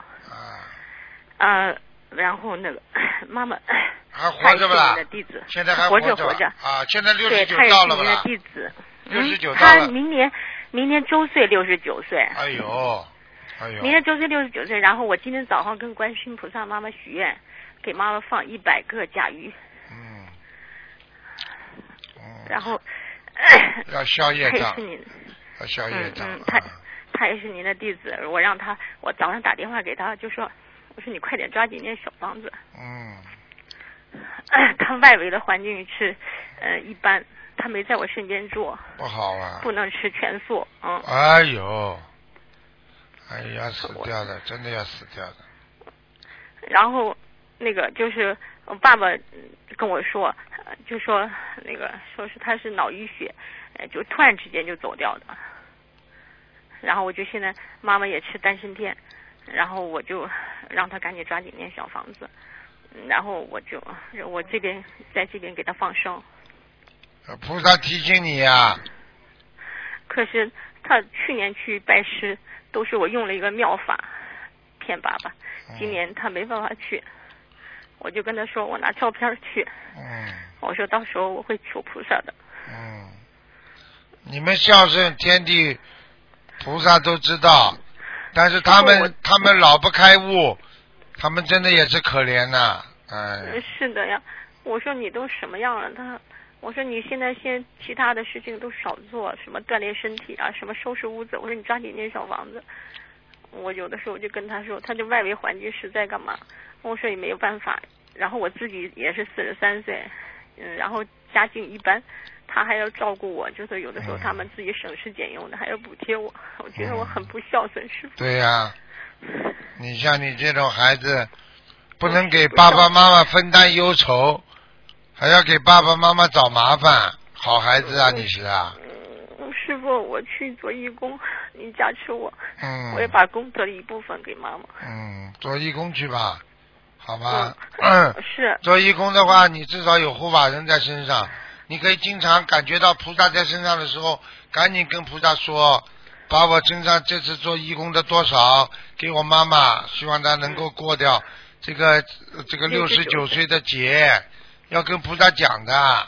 然后那个妈妈。 还活着不啦？现在还活着啊！现在69到了吧？ 对，他也是您的弟子。 69到了。 他明年周岁69岁。 哎呦！ 明年周岁69岁，然后我今天早上跟观世音菩萨妈妈许愿，给妈妈放100个甲鱼。然后。 要消业障。 他也是您。 要消业障。 他也是您的弟子，我早上打电话给他，就说。我说你快点抓紧念小房子。他外围的环境是一般，他没在我身边住。 不好啊。 不能吃全素。 哎呦，要死掉的，真的要死掉的。 然后那个就是我爸爸跟我说，就说那个说是他是脑淤血，就突然之间就走掉的。然后我就现在妈妈也吃丹参片。然后我就让他赶紧抓紧念小房子，然后我在这边给他放生。 菩萨提醒你呀。 可是他去年去拜师，都是我用了一个妙法骗爸爸，今年他没办法去，我就跟他说我拿照片去。我说到时候我会求菩萨的。 你们孝顺天地菩萨都知道。但是他们老不开悟，他们真的也是可怜呐。 是的呀，我说你都什么样了？我说你现在其他的事情都少做，什么锻炼身体啊，什么收拾屋子。我说你抓紧念小房子。我有的时候我就跟他说，他就外围环境实在干嘛？我说也没有办法。然后我自己也是43岁，然后家境一般， 他还要照顾我，就是有的时候他们自己省吃俭用的，还要补贴我，我觉得我很不孝顺，师傅。 对呀，你像你这种孩子，不能给爸爸妈妈分担忧愁，还要给爸爸妈妈找麻烦，好孩子啊，你是啊。 师傅，我去做义工，你加持我，我也把功德的一部分给妈妈。 做义工去吧，好吧。 是。 做义工的话，你至少有护法人在身上，你可以经常感觉到菩萨在身上的时候，赶紧跟菩萨说，把我身上这次做义工的多少给我妈妈，希望她能够过掉这个69岁的劫，要跟菩萨讲的。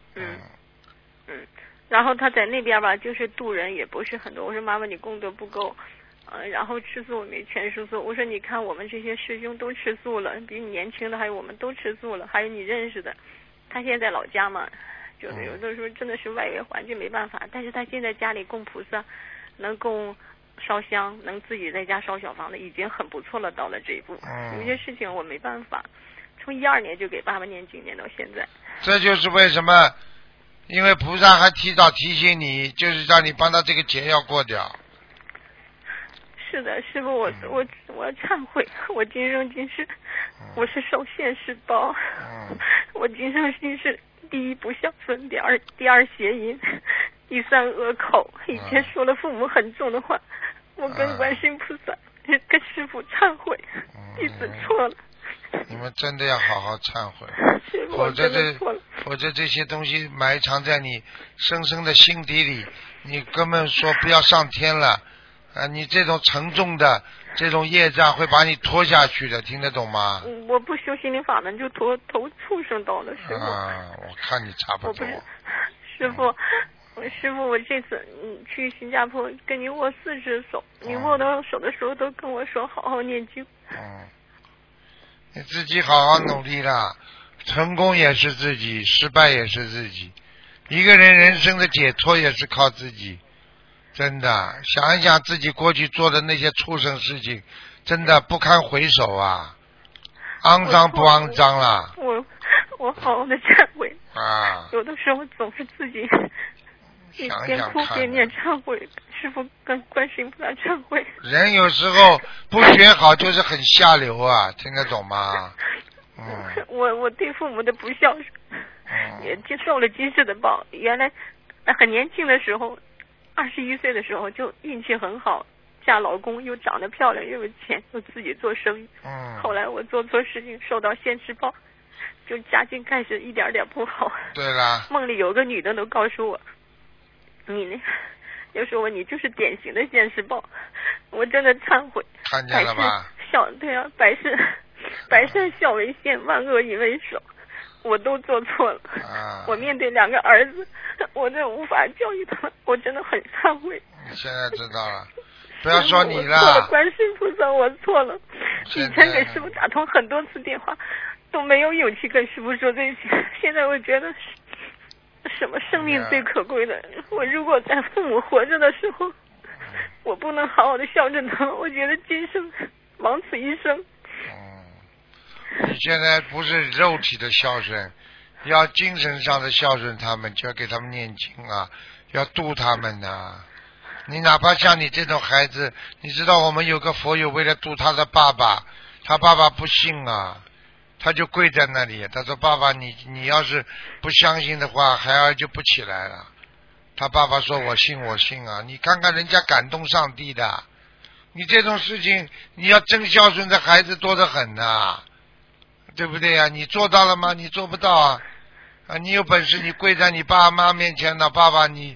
然后他在那边吧，就是渡人也不是很多。我说妈妈，你功德不够，然后吃素没全吃素。我说你看我们这些师兄都吃素了，比你年轻的还有我们都吃素了，还有你认识的，他现在在老家嘛，就是有的时候真的是外围环境没办法，但是他现在家里供菩萨，能供烧香，能自己在家烧小房子，已经很不错了，到了这一步。有些事情我没办法，从12年就给爸爸念经念到现在。 这就是为什么。因为菩萨还提早提醒你，就是让你帮他这个劫要过掉。 是的，师傅，我要忏悔，我今生今世，我是受现世报。我今生今世，第一不孝顺，第二邪淫，第三恶口，以前说了父母很重的话，我跟观世音菩萨，跟师傅忏悔，弟子错了。 你们真的要好好忏悔，否则这些东西埋藏在你深深的心底里，你根本说不要上天了你这种沉重的这种业障会把你拖下去的，听得懂吗？ 我不修心灵法门就投畜生道了，师傅。 我看你差不多。 师傅，我这次去新加坡跟你握4只手，你握到手的时候都跟我说好好念经。 你自己好好努力啦，成功也是自己，失败也是自己。一个人人生的解脱也是靠自己，真的。想一想自己过去做的那些畜生事情，真的不堪回首啊！肮脏不肮脏啦？ 我好好的忏悔有的时候总是自己一边哭边念忏悔，师父跟观世音菩萨忏悔。 人有时候不学好就是很下流啊，听得懂吗？ 我对父母的不孝顺，也接受了今世的报。原来很年轻的时候，21岁的时候就运气很好，嫁老公又长得漂亮又有钱，又自己做生意。后来我做错事情受到现世报，就家境开始一点点不好。 对啦。梦里有个女的都告诉我，你呢？就说你就是典型的现世报，我真的忏悔。 看见了吧？ 对啊，百善孝为先，万恶淫为首，我都做错了。我面对2个儿子，我这无法教育他们，我真的很忏悔。 你现在知道了，不要说你了。 我错了，观世音菩萨，我错了。以前给师父打通很多次电话，都没有勇气跟师父说这些。现在我觉得什么生命最可贵的？我如果在父母活着的时候，我不能好好的孝顺他们，我觉得今生枉此一生。 你现在不是肉体的孝顺，要精神上的孝顺他们，就要给他们念经啊，要度他们啊。你哪怕像你这种孩子，你知道我们有个佛友为了度他的爸爸，他爸爸不信啊，他就跪在那里，他说爸爸你要是不相信的话，孩儿就不起来了。他爸爸说我信啊，你看看人家感动上帝的，你这种事情你要真孝顺的孩子多得很啊，对不对啊？你做到了吗？你做不到啊！你有本事你跪在你爸妈面前呢，爸爸你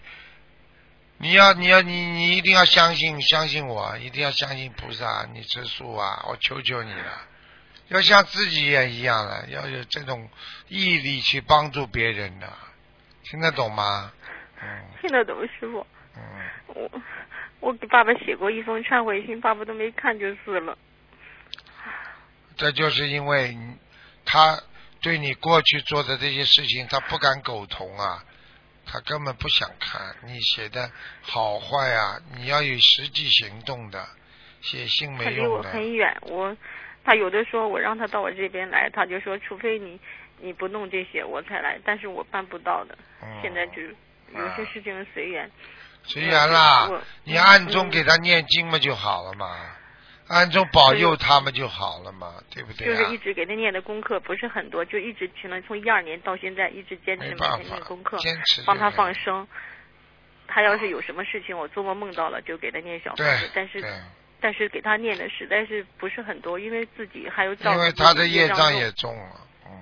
一定要相信我，一定要相信菩萨，你吃素啊，我求求你了，要像自己也一样了，要有这种毅力去帮助别人的，听得懂吗？ 听得懂，师父。我给爸爸写过一封忏悔信，爸爸都没看就是了。 这就是因为他对你过去做的这些事情他不敢苟同啊，他根本不想看你写的好坏啊，你要有实际行动的，写信没用的。 他离我很远，他有的时候我让他到我这边来，他就说除非你你不弄这些我才来，但是我办不到的。现在就有些事情随缘。 随缘啦，你暗中给他念经嘛就好了嘛，暗中保佑他们就好了嘛，对不对就是一直给他念的功课不是很多，就一直从12年到现在一直坚持每天念功课，帮他放生。他要是有什么事情，我做梦梦到了就给他念小房子，但是给他念的实在是不是很多，因为自己还有照顾， 因为他的业障也重了。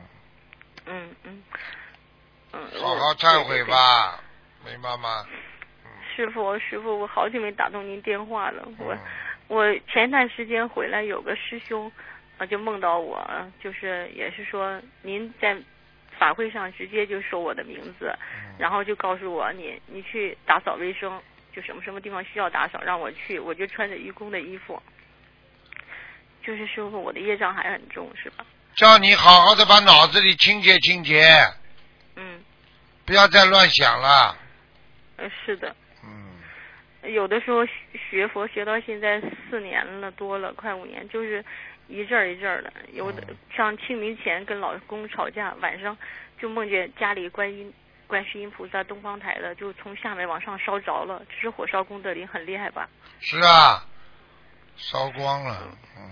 好好忏悔吧，明白吗？ 师傅，我好久没打通您电话了。我前段时间回来，有个师兄就梦到我，就是也是说您在法会上直接就说我的名字，然后就告诉我你去打扫卫生，就什么什么地方需要打扫，让我去，我就穿着义工的衣服。就是师傅，我的业障还很重，是吧？ 叫你好好的把脑子里清洁清洁，不要再乱想了。 是的。有的时候学佛学到现在4年了多了，快5年，就是一阵儿一阵儿的。有的像清明前跟老公吵架，晚上就梦见家里观世音菩萨东方台的，就从下面往上烧着了，这是火烧功德林，很厉害吧？ 是啊，烧光了。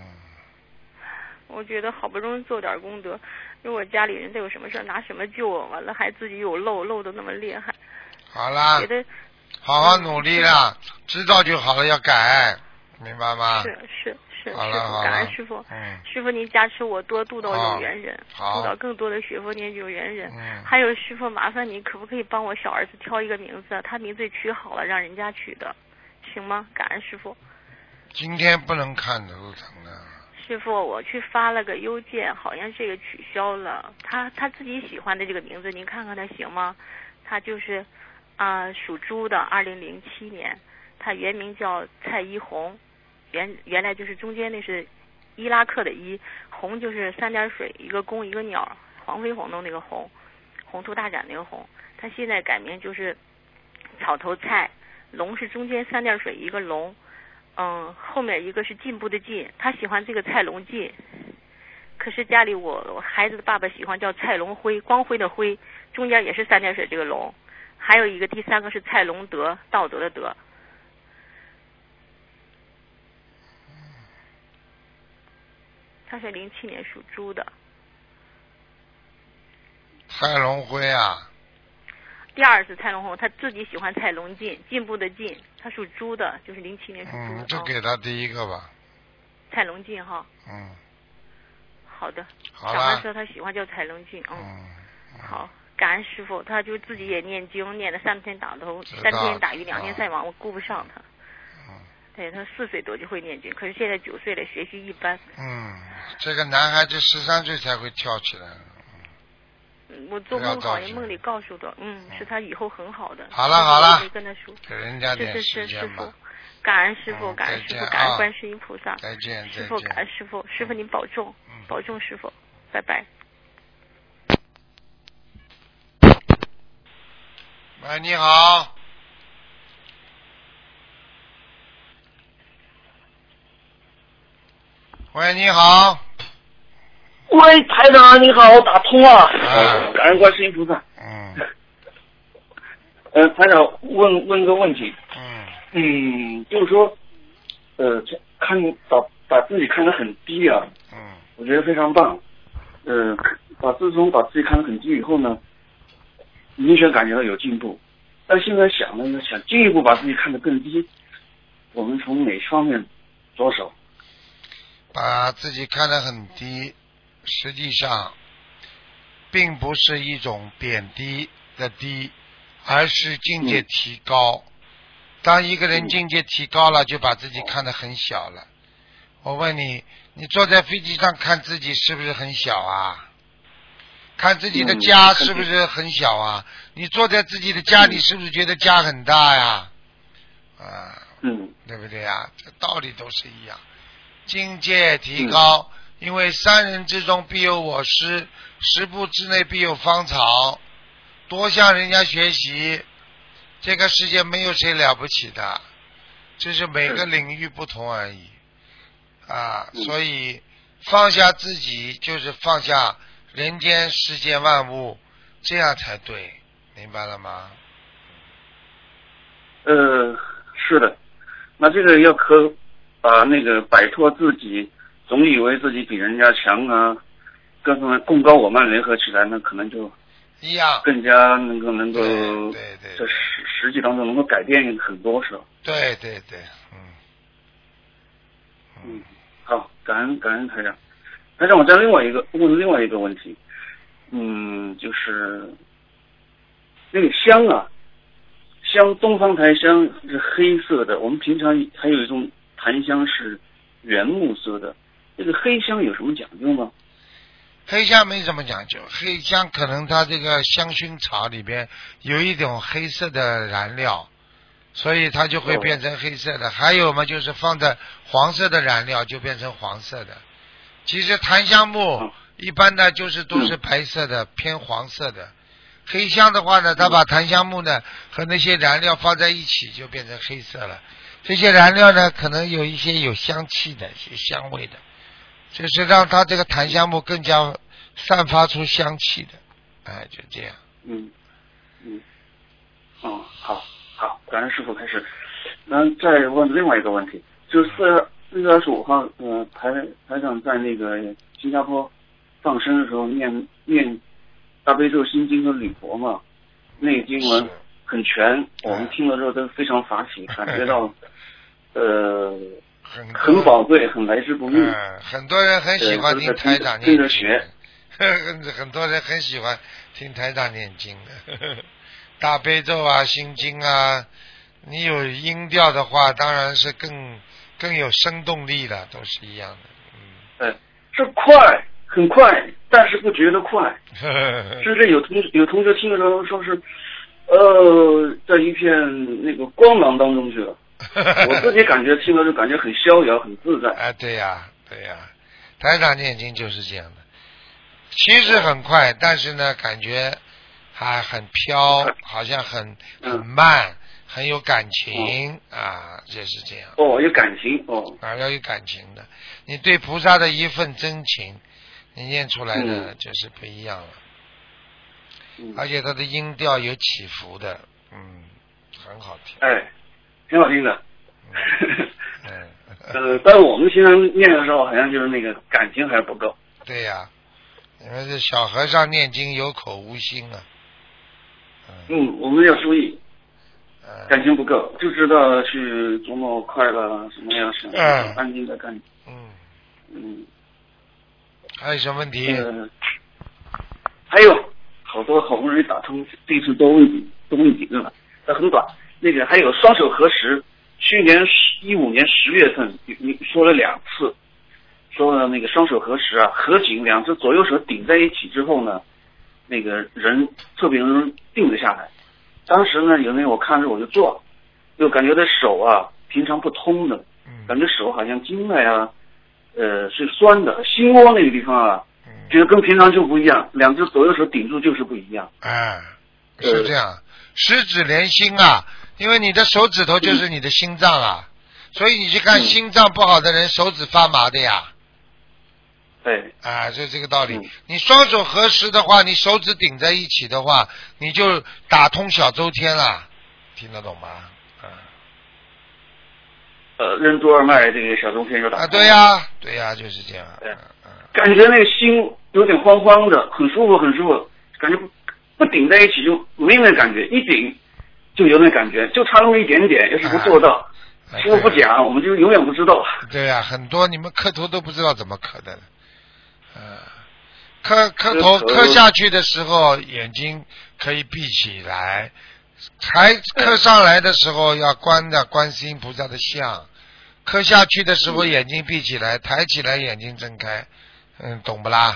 我觉得好不容易做点功德，如果家里人再有什么事拿什么救我，完了还自己有漏的那么厉害。 好啦， 觉得好好努力啦，知道就好了，要改，明白吗？ 是， 好了， 感恩师傅。师傅您加持我多度到有缘人，度到更多的学佛念有缘人。还有师傅，麻烦你可不可以帮我小儿子挑一个名字？他名字取好了，让人家取的，行吗？感恩师傅。 今天不能看头疼的。 师傅，我去发了个邮件，好像这个取消了。他自己喜欢的这个名字，您看看他行吗？他就是属猪的，2007年，他原名叫蔡一红，原来就是中间那是伊拉克的伊，红就是3点水一个公一个鸟，黄飞鸿的那个红，宏图大展那个红。他现在改名就是草头蔡，龙是中间3点水一个龙，后面一个是进步的进，他喜欢这个蔡龙进。可是家里我孩子的爸爸喜欢叫蔡龙辉，光辉的辉，中间也是3点水这个龙。还有一个第3个是蔡龙德，道德的德。他是07年属猪的。 蔡龙辉啊。 第2是蔡龙红，他自己喜欢蔡龙进，进步的进，他属猪的，就是07年属猪的。 就给他第1个吧。 蔡龙进哈。好的。 好了。小孩说他喜欢叫蔡龙进，好。感恩师傅，他就自己也念经，念了3天打头，3天打鱼2天晒网，我顾不上他。对，他4岁多就会念经，可是现在9岁了，学习一般。 这个男孩子13岁才会跳起来。 我做梦好像梦里告诉的，是他以后很好的。 好了， 没跟他说。 给人家点时间吧。 是师傅，感恩师傅，感恩师傅，感恩观世音菩萨。 再见， 师傅，感恩师傅，师傅您保重，保重师傅，拜拜。 喂，你好。喂，你好。 喂，台长你好，我打通了。感恩观世音菩萨。台长问个问题。就是说，把自己看得很低啊。我觉得非常棒。自从把自己看得很低以后呢，明显感觉到有进步。但现在想进一步把自己看得更低，我们从哪方面着手？ 把自己看得很低，实际上并不是一种贬低的低，而是境界提高。当一个人境界提高了，就把自己看得很小了。我问你，你坐在飞机上看自己是不是很小啊？看自己的家是不是很小啊？你坐在自己的家里是不是觉得家很大呀？对不对呀？这道理都是一样。境界提高，因为3人之中必有我师，10步之内必有芳草。多向人家学习，这个世界没有谁了不起的，只是每个领域不同而已。所以放下自己就是放下人间世间万物，这样才对，明白了吗？ 是的，那这个要把那个摆脱自己总以为自己比人家强啊，各种共高我慢联合起来，那可能就一样， 更加能够对， 在实际当中能够改变很多，是吧？ 对， 好，感恩台长。台长，我再问另外一个问题，就是那个香啊，香东方台香是黑色的，我们平常还有一种檀香是原木色的，这个黑香有什么讲究吗？ 黑香没什么讲究，黑香可能它这个香薰草里边有一种黑色的燃料，所以它就会变成黑色的。还有嘛，就是放在黄色的燃料就变成黄色的。其实檀香木一般的都是白色的，偏黄色的。黑香的话呢，它把檀香木呢和那些燃料放在一起就变成黑色了。这些燃料呢可能有一些有香气的，一些香味的，就是让它这个檀香木更加散发出香气的。哎，就这样。 好，感恩师父开始。那再问另外一个问题，就是4月25号，台长在那个新加坡放生的时候念大悲咒心经和礼佛嘛，那个经文很全，我们听了之后都非常法喜，感觉到很宝贵，很来之不易。 很多人很喜欢听台长念经，很多人很喜欢听台长念经的。大悲咒啊，心经啊，你有音调的话，当然是更有生动力了，都是一样的。是快，很快，但是不觉得快。甚至有同学听的时候说是，在一片那个光芒当中去了。我自己感觉听了就感觉很逍遥，很自在。 对呀，台长念经就是这样的。其实很快，但是呢，感觉还很飘，好像很慢，很有感情啊，就是这样。 有感情要有感情的。你对菩萨的一份真情，你念出来的就是不一样了。而且它的音调有起伏的，很好听。 挺好听的。但是我们平常念的时候，好像就是那个感情还不够。 对呀，因为这小和尚念经有口无心啊。 我们要注意，感情不够，就知道去琢磨快乐什么样，安静的干。 还有什么问题？ 还有好不容易打通，这次多问几个了，但很短。那个还有双手合十，去年15年10月份你说了2次，说了那个双手合十啊，合紧，2只左右手顶在一起之后呢，那个人特别能定得下来。当时呢，有那个我看着我就做，就感觉这手啊平常不通的，感觉手好像经脉啊，是酸的，心窝那个地方啊，觉得跟平常就不一样，2只左右手顶住就是不一样。 是这样，十指连心啊，因为你的手指头就是你的心脏啊，所以你去看心脏不好的人，手指发麻的呀。 对。 就这个道理。你双手合十的话，你手指顶在一起的话，你就打通小周天了，听得懂吗？ 任督二脉这个小周天就打通。 对呀，就是这样。 感觉那个心有点慌慌的，很舒服，感觉不顶在一起就没那感觉，一顶就有那感觉，就差那么一点点。要是不做到，师父不讲，我们就永远不知道。 对呀，很多你们磕头都不知道怎么磕的。磕头磕下去的时候，眼睛可以闭起来；才磕上来的时候要关的观世音菩萨的像。磕下去的时候眼睛闭起来，抬起来眼睛睁开。懂不啦？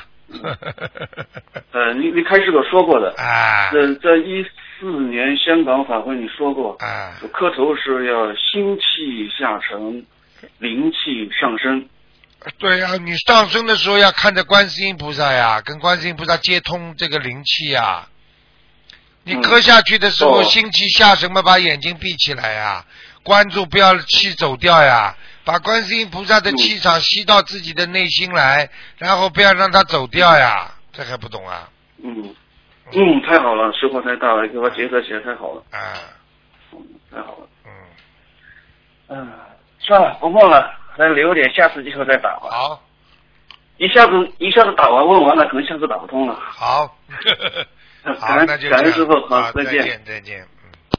你开始有说过的。在14年香港法会你说过。磕头是要心气下沉，灵气上升。 对呀，你上升的时候要看着观世音菩萨呀，跟观世音菩萨接通这个灵气呀。你磕下去的时候，心气下沉嘛，把眼睛闭起来呀，关注不要气走掉呀，把观世音菩萨的气场吸到自己的内心来，然后不要让它走掉呀， 这还不懂啊？ 太好了，收获太大了，给我结合起来太好了。太好了。算了，不问了，再留点，下次机会再打吧。 好。 一下子打完问完了，可能下次打不通了。 好。好，那就感恩师傅，好， 再见。 再见。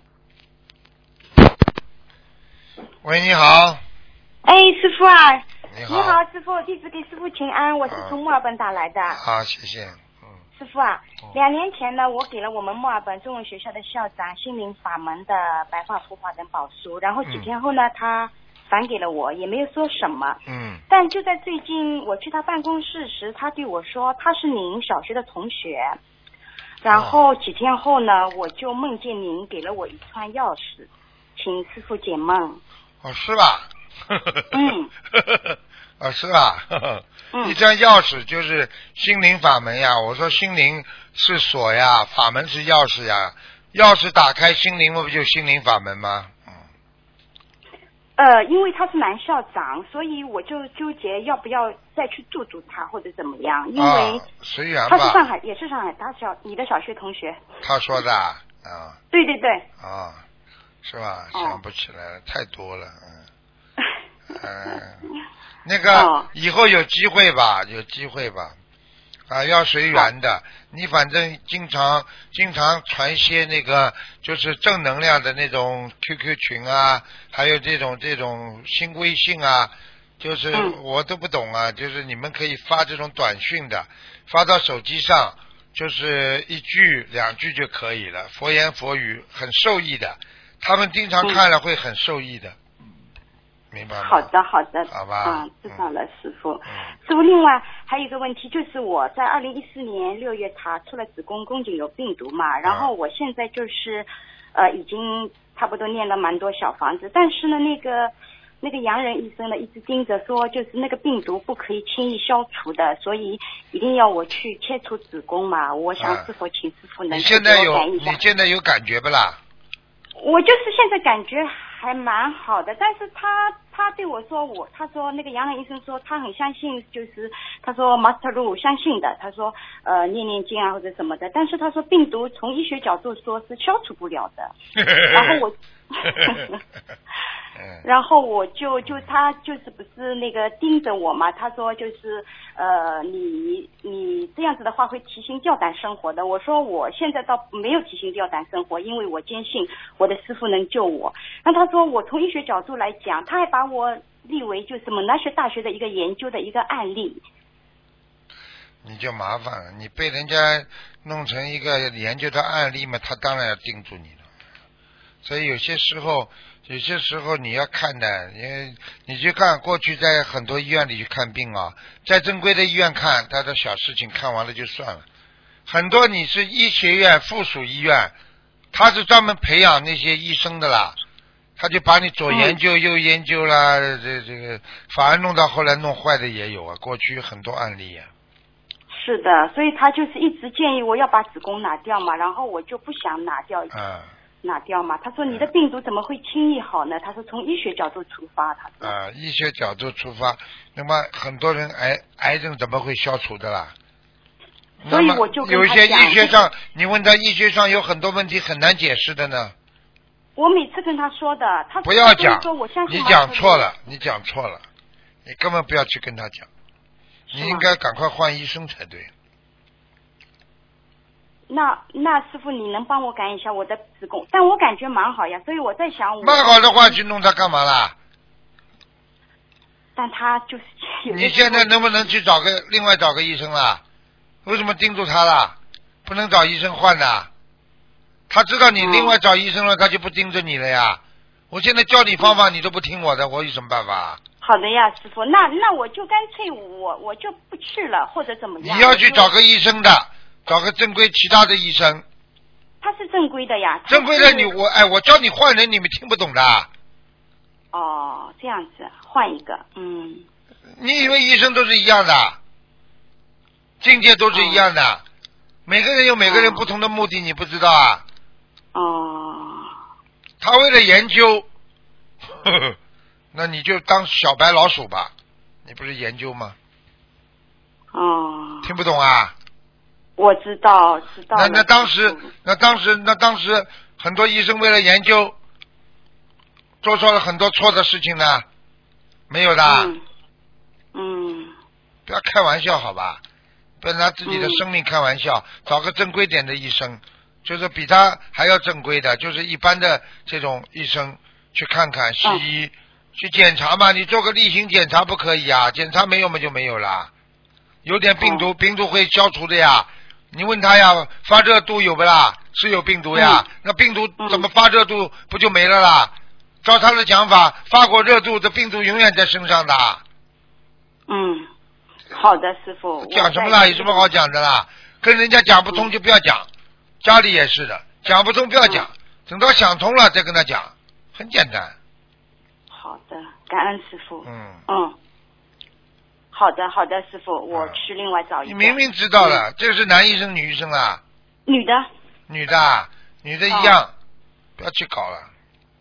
喂，你好。 哎，师傅啊。 你好。 你好，师傅，弟子给师傅请安，我是从墨尔本打来的。 好，谢谢。 师傅啊，2年前呢，我给了我们墨尔本中文学校的校长心灵法门的白话佛法等宝书，然后几天后呢，他返给了我，也没有说什么。但就在最近我去他办公室时，他对我说他是您小学的同学。然后几天后呢，我就梦见您给了我一串钥匙，请师父解梦。 是吧？是吧？一张钥匙就是心灵法门呀。我说心灵是锁呀，法门是钥匙呀。钥匙打开心灵，不就心灵法门吗？ 因为他是男校长，所以我就纠结要不要再去住他或者怎么样，因为随缘吧。 他是上海，也是上海你的小学同学。 他说的对对对。 是吧？想不起来了，太多了。那个以后有机会吧，要随缘的。你反正经常传些那个就是正能量的那种 QQ 群啊，还有这种新微信啊，就是我都不懂啊，就是你们可以发这种短讯的，发到手机上，就是1句2句就可以了，佛言佛语，很受益的，他们经常看了会很受益的。明白吗？ 好的， 好吧， 知道了，师傅。师傅，另外还有一个问题，就是我在2014年6月查出了子宫宫颈有病毒嘛，然后我现在就是已经差不多念了蛮多小房子，但是呢，那个洋人医生呢一直盯着说，就是那个病毒不可以轻易消除的，所以一定要我去切除子宫嘛。我想是否请师傅能给我改一下。 你现在有感觉不啦？ 我就是现在感觉还蛮好的，但是他对我说他说那个洋人医生说他很相信，就是他说 Master Ru 相信的，他说念念经啊或者什么的，但是他说病毒从医学角度说是消除不了的，然后我就他就是不是那个盯着我嘛，他说就是你这样子的话会提心吊胆生活的。我说我现在倒没有提心吊胆生活，因为我坚信我的师父能救我。那他说我从医学角度来讲，他还把我立为就是蒙纳学大学的一个研究的一个案例。 你就麻烦了，你被人家弄成一个研究的案例嘛，他当然要盯住你了。所以有些时候你要看的，因为你去看过去在很多医院里去看病啊，在正规的医院看，他的小事情看完了就算了。很多你是医学院附属医院，他是专门培养那些医生的啦，他就把你左研究右研究啦，这个反而弄到后来弄坏的也有啊，过去很多案例啊。 是的，所以他就是一直建议我要把子宫拿掉嘛，然后我就不想拿掉。拿掉嘛？他说你的病毒怎么会轻易好呢？他说从医学角度出发，他说医学角度出发，那么很多人癌症怎么会消除的啦？ 所以我就跟他讲， 有些医学上，你问他医学上有很多问题很难解释的呢。 我每次跟他说的，他不要讲， 说我相信你讲错了，你根本不要去跟他讲，你应该赶快换医生才对。 那师傅，你能帮我改一下我的子宫？但我感觉蛮好呀，所以我在想， 蛮好的话去弄它干嘛啦？ 但他就是你现在能不能去另外找个医生啦？为什么盯住他啦？不能找医生换的？他知道你另外找医生了，他就不盯着你了呀。我现在教你方法，你都不听我的，我有什么办法？ 好的呀，师傅，那我就干脆我就不去了，或者怎么样？ 你要去找个医生的。找个正规其他的医生。 他是正规的呀。 正规的我教你换人，你们听不懂的。 哦，这样子换一个， 你以为医生都是一样的？境界都是一样的，每个人有每个人不同的目的，你不知道啊？他为了研究，那你就当小白老鼠吧，你不是研究吗？ 哦。 听不懂啊？ 我知道。 那当时很多医生为了研究，做错了很多错的事情呢，没有的。不要开玩笑好吧？不要拿自己的生命开玩笑，找个正规点的医生，就是比他还要正规的，就是一般的这种医生去看看西医。去检查嘛，你做个例行检查不可以啊？检查没有嘛就没有了，有点病毒，病毒会消除的呀。你问他呀，发热度有不啦？是有病毒呀，那病毒怎么发热度不就没了啦？照他的讲法，发过热度的病毒永远在身上的。 好的，师傅。 讲什么啦？有什么好讲的啦？跟人家讲不通就不要讲，家里也是的，讲不通不要讲，等到想通了再跟他讲，很简单。 好的，感恩师傅。好的，师傅，我去另外找一个。 你明明知道了，这个是男医生女医生啊？ 女的一样，不要去搞了。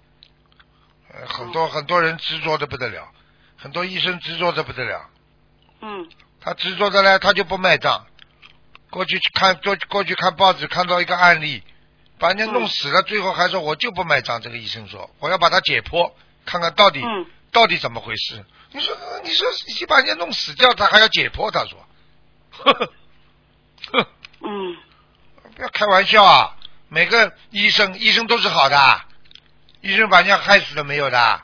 很多人执着的不得了，很多医生执着的不得了。他执着的呢，他就不卖账。过去看报纸，看到一个案例，把人家弄死了，最后还说我就不卖账。这个医生说，我要把他解剖，看看到底怎么回事。你说你把人家弄死掉，他还要解剖？他说，不要开玩笑啊！每个医生都是好的，医生把人家害死了没有的？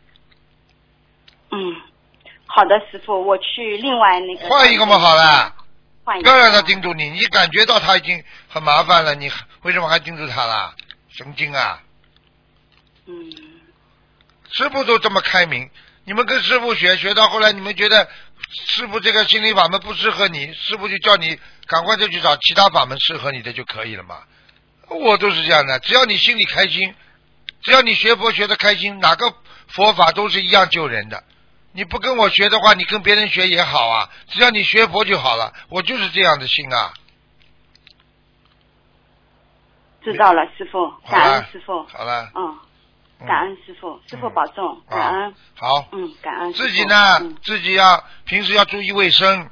好的，师傅，我去另外那个换一个嘛，好了， 不要让他盯住你，你感觉到他已经很麻烦了，你为什么还盯住他啦？神经啊！师父都这么开明，你们跟师父学到后来，你们觉得师父这个心灵法门不适合你，师父就叫你赶快就去找其他法门适合你的就可以了嘛。我都是这样的，只要你心里开心，只要你学佛学得开心，哪个佛法都是一样救人的。你不跟我学的话，你跟别人学也好啊，只要你学佛就好了。我就是这样的心啊。 知道了，师傅，感恩师傅。 好了。 感恩师傅，师傅保重，感恩。 好。 感恩。 自己呢，自己要平时要注意卫生。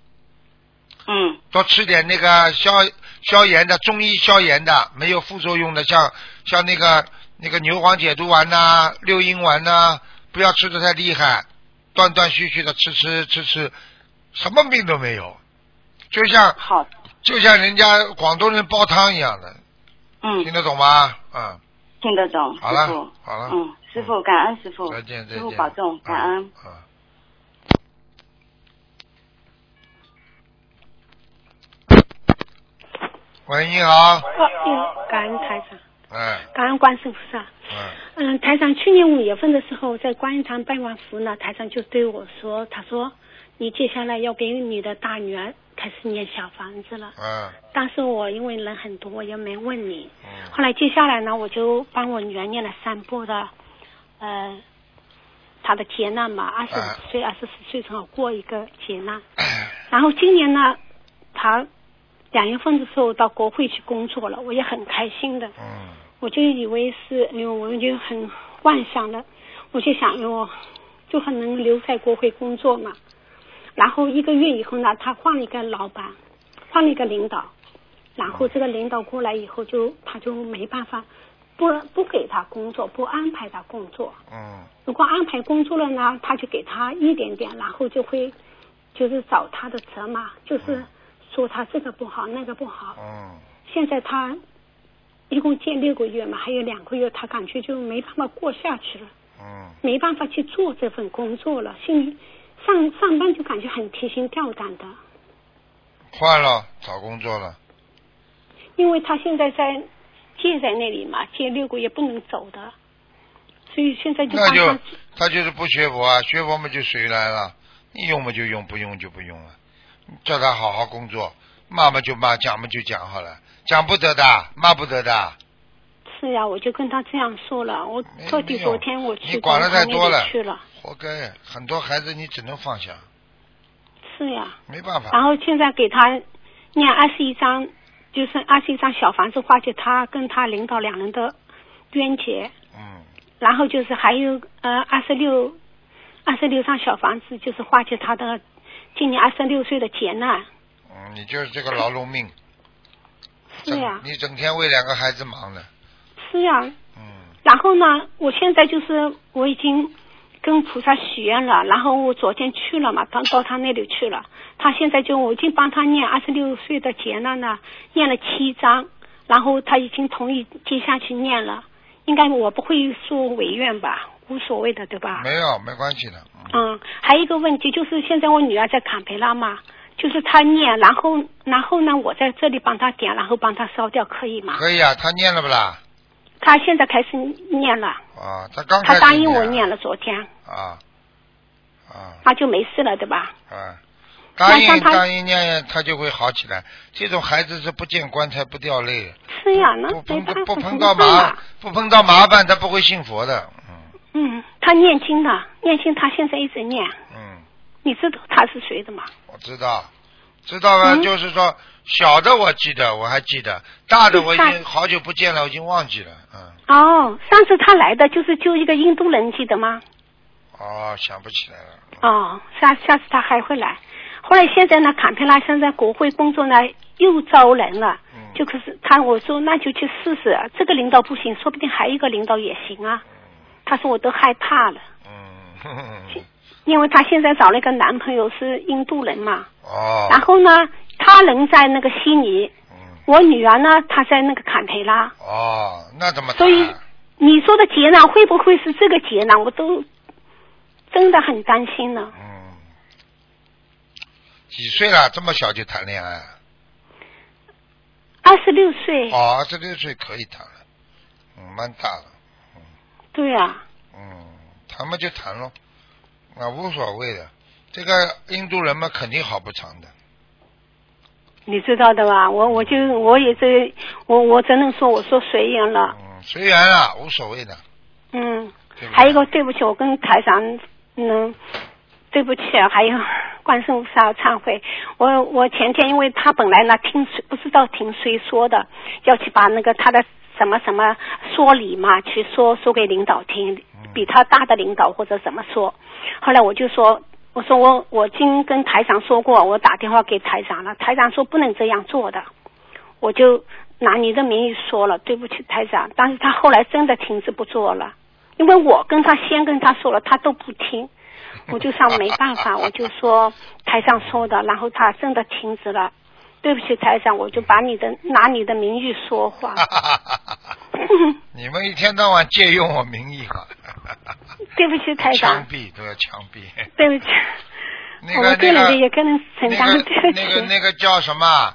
多吃点那个消炎的，中医消炎的，没有副作用的，像那个牛黄解毒丸呐、六阴丸呐，不要吃的太厉害。断断续续的吃，什么病都没有，就像人家广东人煲汤一样的，听得懂吗？ 听得懂。 好了， 师傅，感恩师傅， 再见， 师傅保重，感恩。 喂，你好。 感恩台长。感恩观世菩萨。台长，去年5月份的时候，在观音堂拜完福呢，台长就对我说，他说你接下来要给你的大女儿开始念小房子了。当时我因为人很多，我也没问你。后来接下来呢，我就帮我女儿念了3部的，她的劫难嘛，25岁、24岁正好过一个劫难。然后今年呢，她2月份的时候到国会去工作了，我也很开心的。我就以为是，因为我就很幻想的，我就想我就很能留在国会工作嘛。然后1个月以后呢，他换了一个老板，换了一个领导，然后这个领导过来以后他就没办法不给他工作，不安排他工作。如果安排工作了呢，他就给他一点点，然后就是找他的责骂，就是说他这个不好那个不好。现在他一共见6个月嘛，还有2个月，他感觉就没办法过下去了。没办法去做这份工作了，上班就感觉很提心吊胆的。 换了，找工作了。 因为他现在戒在那里嘛，戒6个月不能走的，所以现在就他就是不学佛啊，学佛嘛就随来了，你用嘛就用，不用就不用了。叫他好好工作，骂嘛就骂，讲嘛就讲好了，讲不得的，骂不得的。 是呀，我就跟他这样说了，我特地昨天我去你管的太多了， 去了， 活该，很多孩子你只能放下。 是呀， 没办法。 然后现在给他念21张，就是21张小房子，化解他跟他领导2人的冤结。然后就是还有26张小房子，就是化解他的今年26岁的劫难。 你就是这个劳碌命。 是呀。 你整天为2个孩子忙的。 是呀。然后呢，我现在就是我已经跟菩萨许愿了，然后我昨天去了嘛，到他那里去了，他现在我已经帮他念26岁的劫难呢，念了7章，然后他已经同意接下去念了，应该我不会说违愿吧，无所谓的对吧？ 没有，没关系的。 还有一个问题就是现在我女儿在坎培拉嘛，就是她念，然后呢，我在这里帮她点，然后帮她烧掉，可以吗？ 可以啊，她念了不啦？ 她现在开始念了。 她刚开始念。 她答应我念了，昨天。她就没事了，对吧？ 答应念，她就会好起来。这种孩子是不见棺材不掉泪。 是呀，那不碰到麻烦，他不会信佛的。 他念经的，他现在一直念。你知道他是谁的吗？ 我知道了，就是说小的我记得，我还记得，大的我已经好久不见了，我已经忘记了。 上次他来的就一个印度人，记得吗？ 想不起来了。 下次他还会来。后来现在呢，坎培拉现在国会工作呢又招人了，就是我说那就去试试，这个领导不行，说不定还有一个领导也行啊。他说我都害怕了。因为他现在找了一个男朋友是印度人嘛。然后呢，他人在那个悉尼，我女儿呢她在那个坎培拉。 那怎么？ 所以你说的劫难会不会是这个劫难？我都真的很担心呢。 几岁了？这么小就谈恋爱 ？26岁。 26岁可以谈了，蛮大了。 对呀。 谈嘛就谈咯，无所谓的。这个印度人嘛，肯定好不长的。 你知道的吧？我也是，我只能说我说随缘了。 随缘了，无所谓的。 还有一个对不起，我跟台长对不起，还有观世音菩萨忏悔。我前天因为他本来呢不知道听谁说的，要去把那个他的什么说理嘛，去说给领导听，比他大的领导或者怎么说。后来我就说，我已经跟台长说过，我打电话给台长了，台长说不能这样做的，我就拿你的名义说了，对不起台长。但是他后来真的停止不做了，因为我先跟他说了，他都不听。我就想没办法，我就说台上说的，然后他真的停止了。对不起台长，我就拿你的名义说话。 你们一天到晚借用我名义哈。 对不起台长。 都要枪毙。 对不起。我们个人也跟人承担，对不起。 那个叫什么？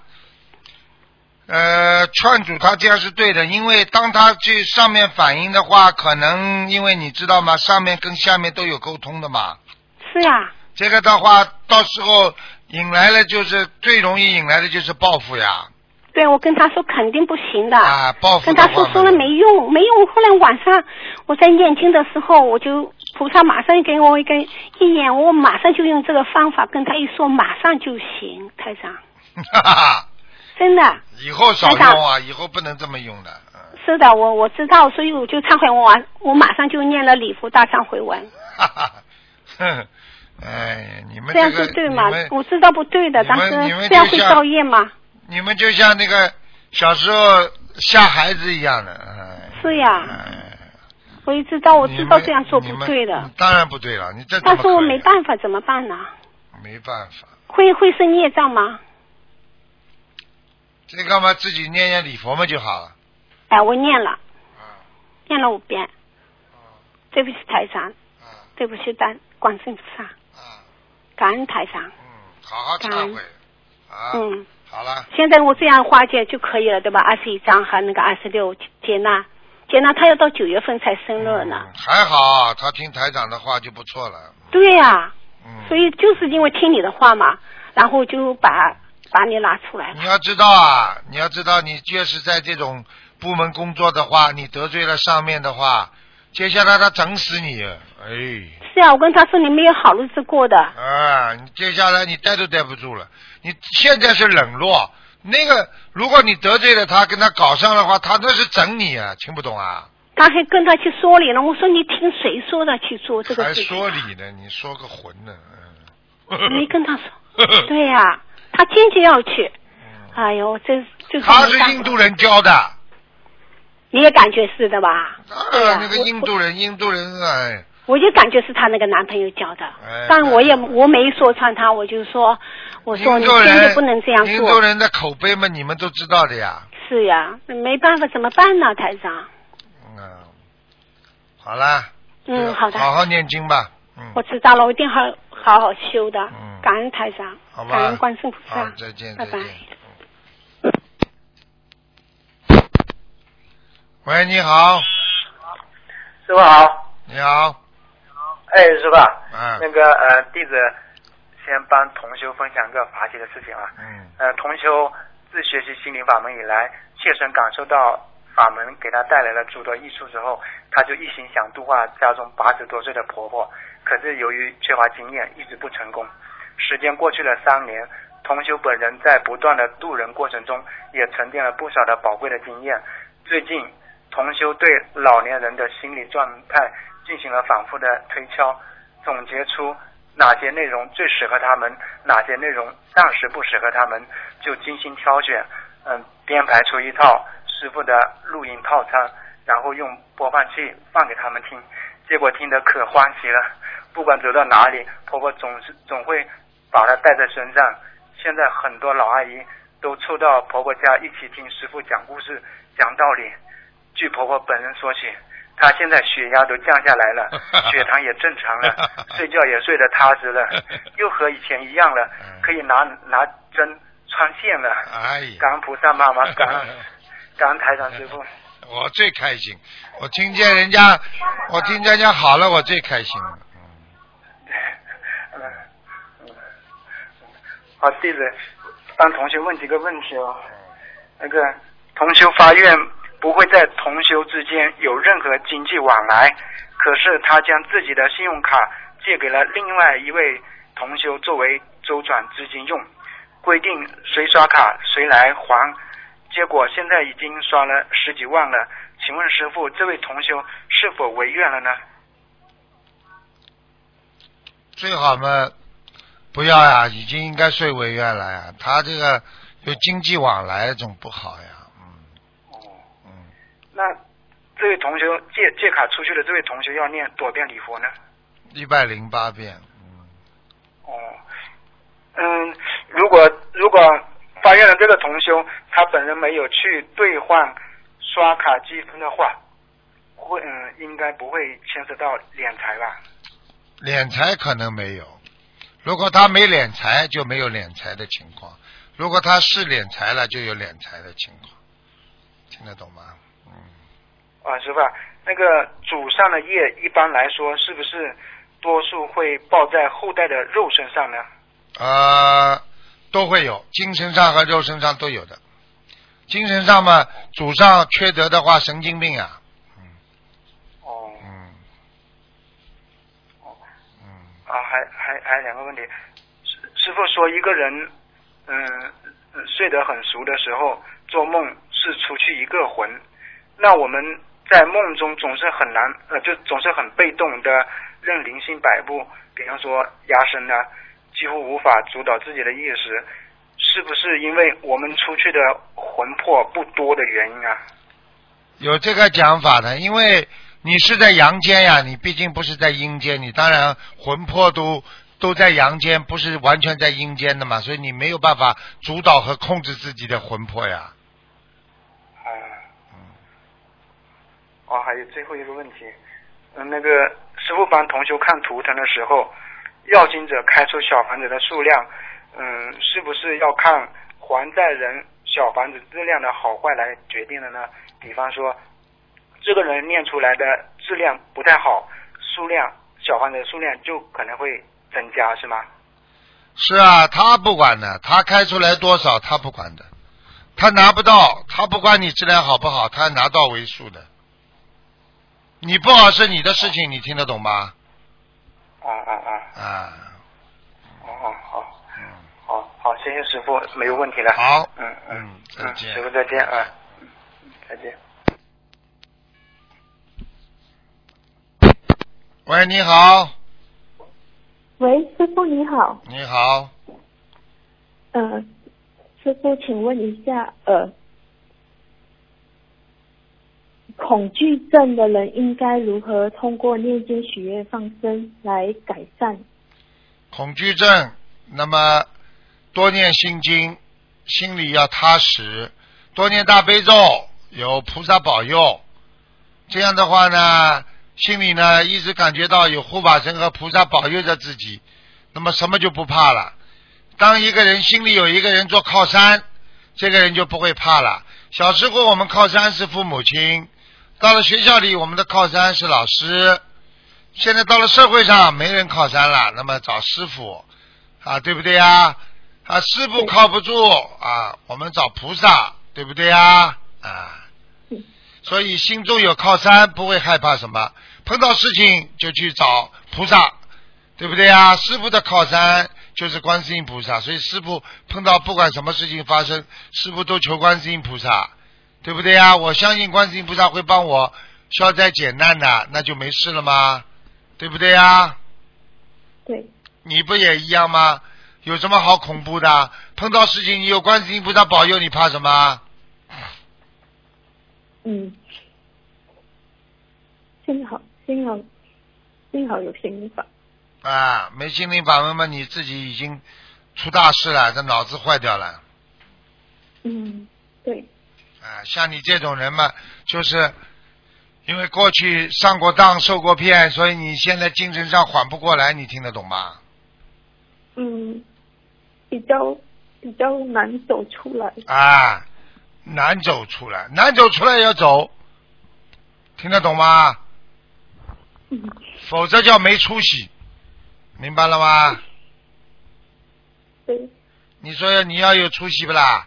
劝阻他这样是对的，因为当他去上面反映的话，可能因为你知道吗？上面跟下面都有沟通的嘛。 是呀。 这个的话，到时候引来了就是最容易引来的就是报复呀。 对，我跟他说肯定不行的。 报复跟他说了没用。后来晚上我在念经的时候，菩萨马上给我一念，我马上就用这个方法跟他一说，马上就行，台长。真的。 以后少用啊，以后不能这么用的。 是的，我知道，所以我就忏悔我马上就念了礼佛大忏悔文。 你们这样是对吗？我知道不对的，但是这样会造业吗？ 你们就像那个小时候吓孩子一样的。 是呀。我也知道，我知道这样做不对的。 当然不对了，你这但是我没办法，怎么办呢？ 没办法。 会是孽障吗？ 这个嘛，自己念念礼佛嘛就好了。 我念了5遍。对不起台长，对不起观世音菩萨，感恩台长。 好好忏悔。好了。 现在我这样化解就可以了，对吧？21章和那个26接纳，他要到9月份才生日呢。 还好，他听台长的话就不错了。 对呀。所以就是因为听你的话嘛，然后就把你拉出来了。 你要知道，你越是在这种部门工作的话，你得罪了上面的话，接下来他整死你。 是啊，我跟他说你没有好日子过的。 你接下来你待都待不住了。你现在是冷落，那个如果你得罪了他，跟他搞上的话，他那是整你啊，听不懂啊？ 他还跟他去说理了，我说你听谁说的去做这个事情？ 还说理呢？你说个混呢？ 没跟他说。对呀。他坚决要去， 哎呦，这他是印度人教的。 你也感觉是的吧？对啊， 那个印度人哎。 我就感觉是她那个男朋友教的，但我没说穿他，我就说你真的不能这样做。 印度人的口碑嘛，你们都知道的呀。 是呀，没办法，怎么办呢，台长？ 好啦。 好的。 好好念经吧。 我知道了，我一定好好修的。感恩台长，感恩观世菩萨。 好，再见， 拜拜。 喂，你好。 师傅好。 你好。 哎，师傅。那个弟子先帮同修分享个法喜的事情啊。同修自学习心灵法门以来，切身感受到法门给他带来了诸多益处之后，他就一心想度化家中80多岁的婆婆，可是由于缺乏经验，一直不成功。时间过去了3年，同修本人在不断的度人过程中，也沉淀了不少的宝贵的经验。最近同修对老年人的心理状态进行了反复的推敲，总结出哪些内容最适合他们，哪些内容暂时不适合他们，就精心挑选，编排出一套师父的录音套餐，然后用播放器放给他们听，结果听得可欢喜了。不管走到哪里，婆婆总会把她带在身上。现在很多老阿姨都凑到婆婆家一起听师父讲故事、讲道理。据婆婆本人说起，她现在血压都降下来了，血糖也正常了，睡觉也睡得踏实了，又和以前一样了，可以拿针穿线了。感恩菩萨妈妈，感恩台长师父。 我最开心，我听见人家好了，我最开心了。 好，弟子帮同修问几个问题哦。那个同修发愿不会在同修之间有任何经济往来，可是他将自己的信用卡借给了另外一位同修作为周转资金用，规定谁刷卡谁来还，结果现在已经刷了10几万了。请问师父，这位同修是否违愿了呢？ 最好嘛不要呀，已经应该睡违愿了呀。他这个有经济往来总不好呀。 那这位同修借卡出去的这位同修要念多少遍礼佛呢 ？108遍。 如果发愿的这个同修他本人没有去兑换刷卡积分的话，应该不会牵涉到敛财吧？ 敛财可能没有，如果他没敛财就没有敛财的情况，如果他是敛财了就有敛财的情况，听得懂吗？ 师父，那个祖上的业一般来说是不是多数会报在后代的肉身上呢？ 都会有，精神上和肉身上都有的。精神上嘛，祖上缺德的话，神经病啊。 还有2个问题。师父说一个人睡得很熟的时候，做梦是出去一个魂，那我们在梦中总是很难就总是很被动的任灵性摆布，比方说压身啊，几乎无法主导自己的意识，是不是因为我们出去的魂魄不多的原因啊？ 有这个讲法的，因为你是在阳间呀，你毕竟不是在阴间，你当然魂魄都在阳间，不是完全在阴间的嘛，所以你没有办法主导和控制自己的魂魄呀。 还有最后一个问题，那个师父帮同修看图腾的时候，要经者开出小房子的数量，是不是要看还债人小房子质量的好坏来决定的呢？比方说，这个人念出来的质量不太好，小房子的数量就可能会增加，是吗？ 是啊，他不管的，他开出来多少他不管的，他拿不到，他不管你质量好不好，他拿到为数的。你不好是你的事情，你听得懂吗？ 好，谢谢师父，没有问题了。 好，再见， 师父再见啊，再见。 喂，你好。 喂，师父你好。 你好。 师父，请问一下，恐惧症的人应该如何通过念经许愿放生来改善？ 恐惧症，那么多念心经，心里要踏实，多念大悲咒，有菩萨保佑，这样的话呢，心里呢一直感觉到有护法神和菩萨保佑着自己，那么什么就不怕了。当一个人心里有一个人做靠山，这个人就不会怕了。小时候我们靠山是父母亲，到了学校里我们的靠山是老师，现在到了社会上没人靠山了，那么找师傅啊，对不对呀？啊，师傅靠不住啊，我们找菩萨，对不对呀？啊，所以心中有靠山，不会害怕什么，碰到事情就去找菩萨，对不对呀？师傅的靠山就是观世音菩萨，所以师傅碰到不管什么事情发生，师傅都求观世音菩萨，对不对呀？我相信观世音菩萨会帮我消灾解难的，那就没事了吗？对不对呀？ 对。 你不也一样吗？有什么好恐怖的？碰到事情你有观世音菩萨保佑，你怕什么？ 幸好有心灵法。 啊，没心灵法门嘛，你自己已经出大事了，这脑子坏掉了。 对。 啊，像你这种人嘛，就是因为过去上过当受过骗，所以你现在精神上缓不过来，你听得懂吗？ 比较难走出来。 啊，难走出来也要走，听得懂吗？否则叫没出息，明白了吗？ 对。 你说你要有出息不啦？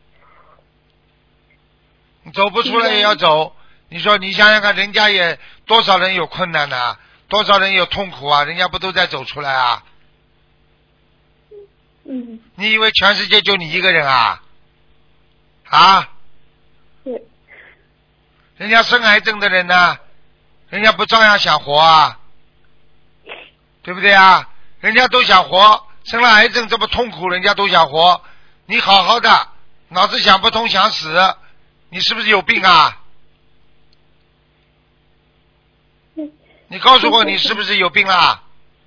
你走不出来也要走。你说你想想看，人家也多少人有困难呢，多少人有痛苦啊，人家不都在走出来啊？你以为全世界就你一个人啊？啊？ 对。 人家生癌症的人呢，人家不照样想活啊？对不对啊？人家都想活，生了癌症这么痛苦，人家都想活，你好好的，脑子想不通想死，你是不是有病啊？你告诉我你是不是有病啊？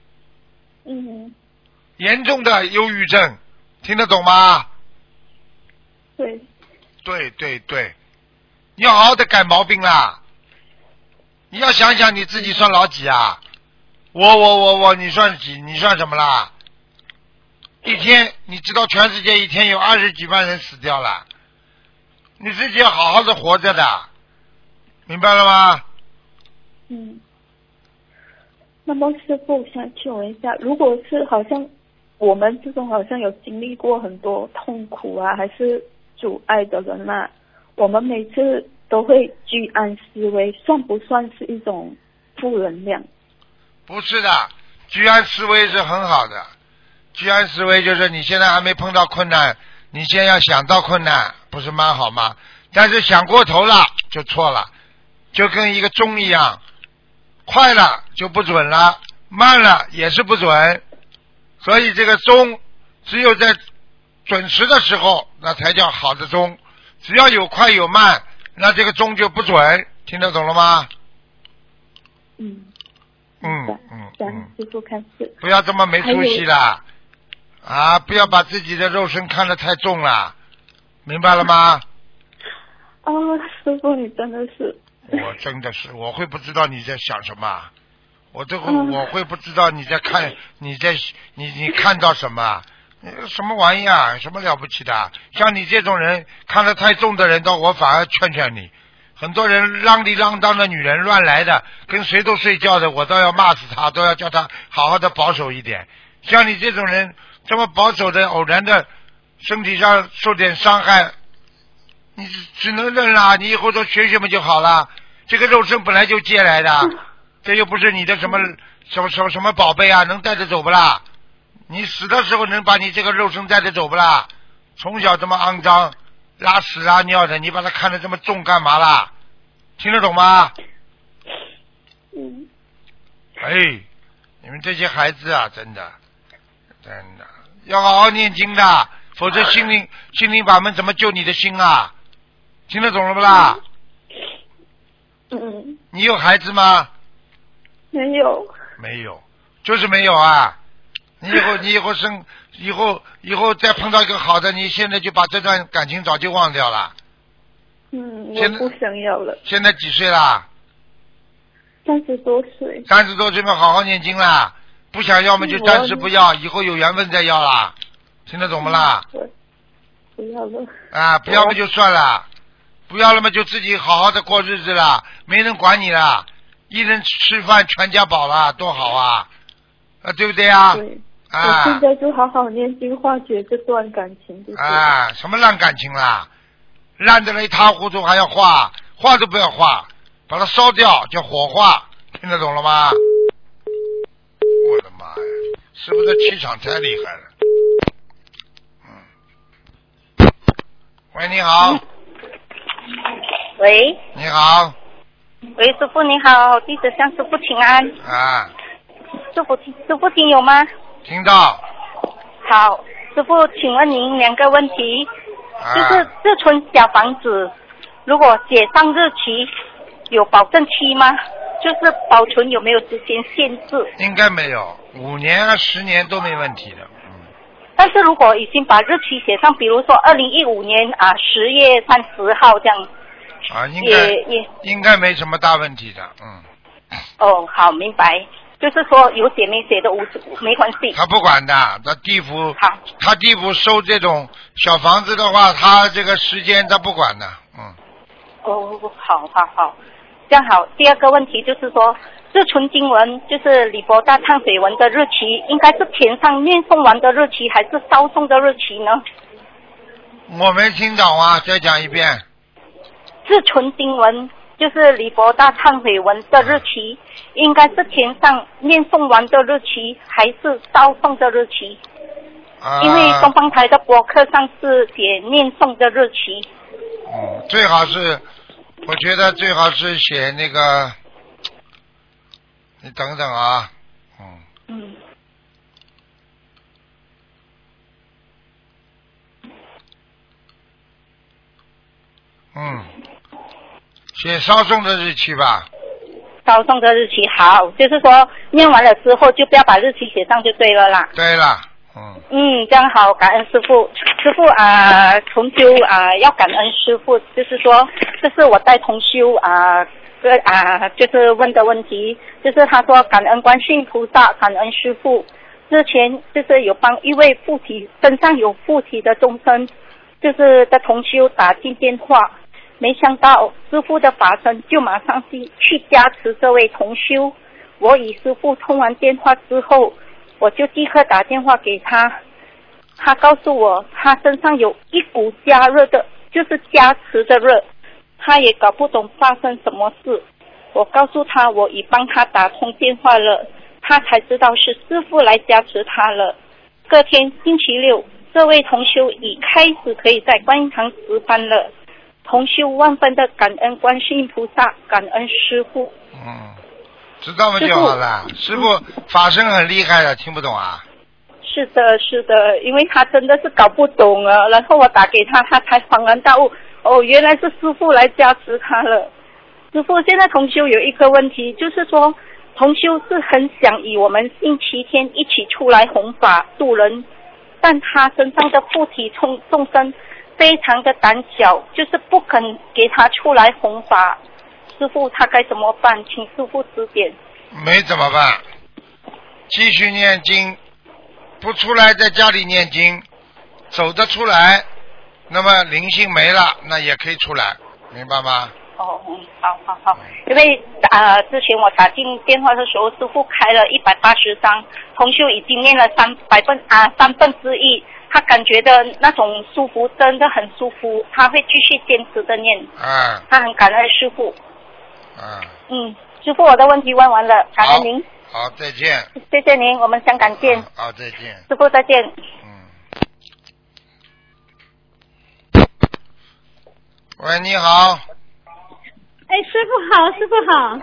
严重的忧郁症，听得懂吗？ 对。 对，你要好好的改毛病啦。你要想想你自己算老几啊？我，你算几？你算什么啦？一天，你知道全世界一天有20几万人死掉了，你自己要好好的活着的，明白了吗？ 那么师父想请问一下，如果是好像我们这种好像有经历过很多痛苦啊，还是阻碍的人啊，我们每次都会居安思危，算不算是一种负能量？ 不是的，居安思危是很好的。居安思危就是你现在还没碰到困难，你先要想到困难，不是蛮好吗？但是想过头了就错了，就跟一个钟一样，快了就不准了，慢了也是不准。所以这个钟只有在准时的时候，那才叫好的钟。只要有快有慢，那这个钟就不准。听得懂了吗？ 师父开始。 不要这么没出息了啊！不要把自己的肉身看得太重了，明白了吗？ 师父你真的是。 我真的是，我会不知道你在想什么？我会不知道你在看，你看到什么？什么玩意啊？什么了不起的？像你这种人看得太重的人，我反而劝劝你。很多人浪里浪荡的女人乱来的，跟谁都睡觉的，我都要骂死他，都要叫他好好的保守一点。像你这种人这么保守的，偶然的身体上受点伤害，你只能认了，你以后都学学嘛就好了。这个肉身本来就借来的，这又不是你的什么宝贝啊，能带着走不啦？你死的时候能把你这个肉身带着走不啦？从小这么肮脏，拉屎啊尿的，你把它看得这么重干嘛啦？听得懂吗？你们这些孩子啊，真的要好好念经的。 否则心灵法门怎么救你的心啊？听得懂了不啦？你有孩子吗？ 没有。 没有，就是没有啊！你以后再碰到一个好的，你现在就把这段感情早就忘掉了。 我不想要了。 现在几岁啦 ？30多岁。 30多岁嘛，好好念经啦。不想要嘛就暂时不要，以后有缘分再要啦。听得懂不啦？ 不要了。 啊，不要嘛就算了，不要了嘛就自己好好的过日子了，没人管你了，一人吃饭全家饱了，多好啊！对不对啊？ 对。我现在就好好念经化解这段感情。 什么烂感情啦？烂得一塌糊涂还要化都不要化，把它烧掉叫火化，听得懂了吗？我的妈呀，师父的气场太厉害了。喂，你好。 喂。 你好。 喂，师父你好，弟子向师父请安。师父听有吗？ 听到。 好，师父，请问您2个问题，就是自存小房子，如果写上日期，有保证期吗？就是保存有没有时间限制？ 应该没有，5年啊10年都没问题的。 但是如果已经把日期写上，比如说2015年10月30号这样， 应该没什么大问题的。 哦，好，明白。就是说有写没写的没关系。 他不管的，他地府收这种小房子的话，他这个时间他不管的。 哦，好，这样好。第2个问题就是说，自存经文就是礼佛大忏悔文的日期，应该是填上念诵完的日期，还是烧送的日期呢？ 我没听懂啊，再讲一遍。 自存经文就是礼佛大忏悔文的日期，应该是填上念诵完的日期，还是烧送的日期？因为东方台的博客上是写念诵的日期。 最好是，我觉得最好是写那个，你等等啊。写烧送的日期吧。 烧送的日期好，就是说念完了之后就不要把日期写上就对了啦。 对了。 这样好，感恩师父。师父同修要感恩师父，就是说这是我带同修就是问的问题，就是他说感恩观世音菩萨，感恩师父。之前就是有帮一位附体身上有附体的众生，就是的同修打进电话，没想到师父的法身就马上去加持这位同修。我与师父通完电话之后，我就立刻打电话给他，他告诉我他身上有一股加热的，就是加持的热，他也搞不懂发生什么事。我告诉他我已帮他打通电话了，他才知道是师父来加持他了。隔天星期六，这位同修已开始可以在观音堂值班了。同修万分的感恩观世音菩萨，感恩师父。 知道吗就好了。师父法身很厉害的，听不懂啊？ 是的，因为他真的是搞不懂啊。然后我打给他，他才恍然大悟，原来是师父来加持他了。师父，现在同修有一个问题，就是说同修是很想与我们星期天一起出来弘法度人，但他身上的附体众生非常的胆小，就是不肯给他出来弘法。师父他该怎么办？请师父指点。 没怎么办，继续念经，不出来在家里念经，走得出来，那么灵性没了，那也可以出来，明白吗？ 好，因为之前我打进电话的时候，师父开了180张，同修已经念了1/3，他感觉的那种舒服真的很舒服，他会继续坚持的念。他很感恩师父。师父，我的问题问完了，感恩您。 好，再见。 谢谢您，我们香港见。 好，再见。 师父再见。 喂，你好。 师父好，师父好。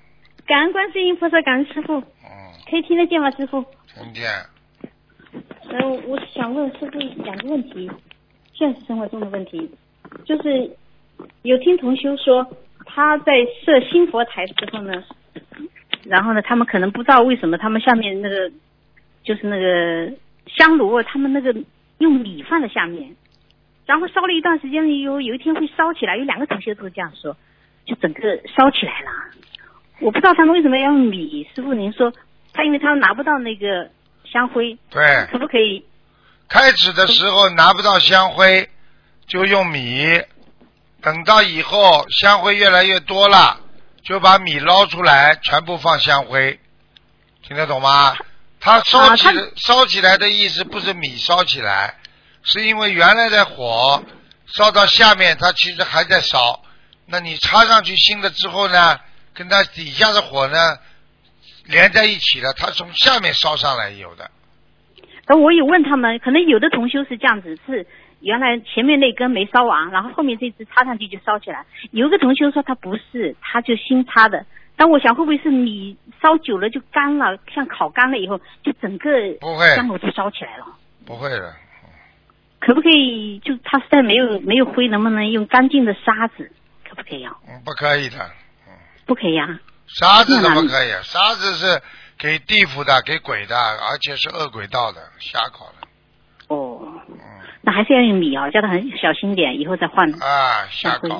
感恩观世音菩萨，感恩师父。可以听得见吗，师父？ 听见。 我想问师傅两个问题，现实生活中的问题，就是有听同修说他在设新佛台的时候呢，然后呢，他们可能不知道为什么他们下面那个就是那个香炉，他们那个用米放在下面，然后烧了一段时间有一天会烧起来，有2个同学都这样说，就整个烧起来了。我不知道他们为什么要用米，师傅您说因为他拿不到那个香灰， 对， 可不可以？ 开始的时候拿不到香灰，就用米，等到以后香灰越来越多了，就把米捞出来，全部放香灰，听得懂吗？它烧起来的意思不是米烧起来，是因为原来的火烧到下面，它其实还在烧，那你插上去新的之后呢，跟它底下的火呢连在一起了，它从下面烧上来有的。 我有问他们，可能有的同修是这样子，是原来前面那根没烧完，然后后面这只插上去就烧起来。有一个同修说他不是，他就新插的。但我想会不会是米烧久了就干了，像烤干了以后，就整个香炉就烧起来了？ 不会的。 可不可以？就他实在没有灰，能不能用干净的沙子？可不可以啊？ 不可以的。 不可以啊。 沙子怎么可以？沙子是给地府的，给鬼的，而且是恶鬼道的，瞎搞的。 哦。那还是要用米啊，叫他很小心点，以后再换。 啊，瞎搞。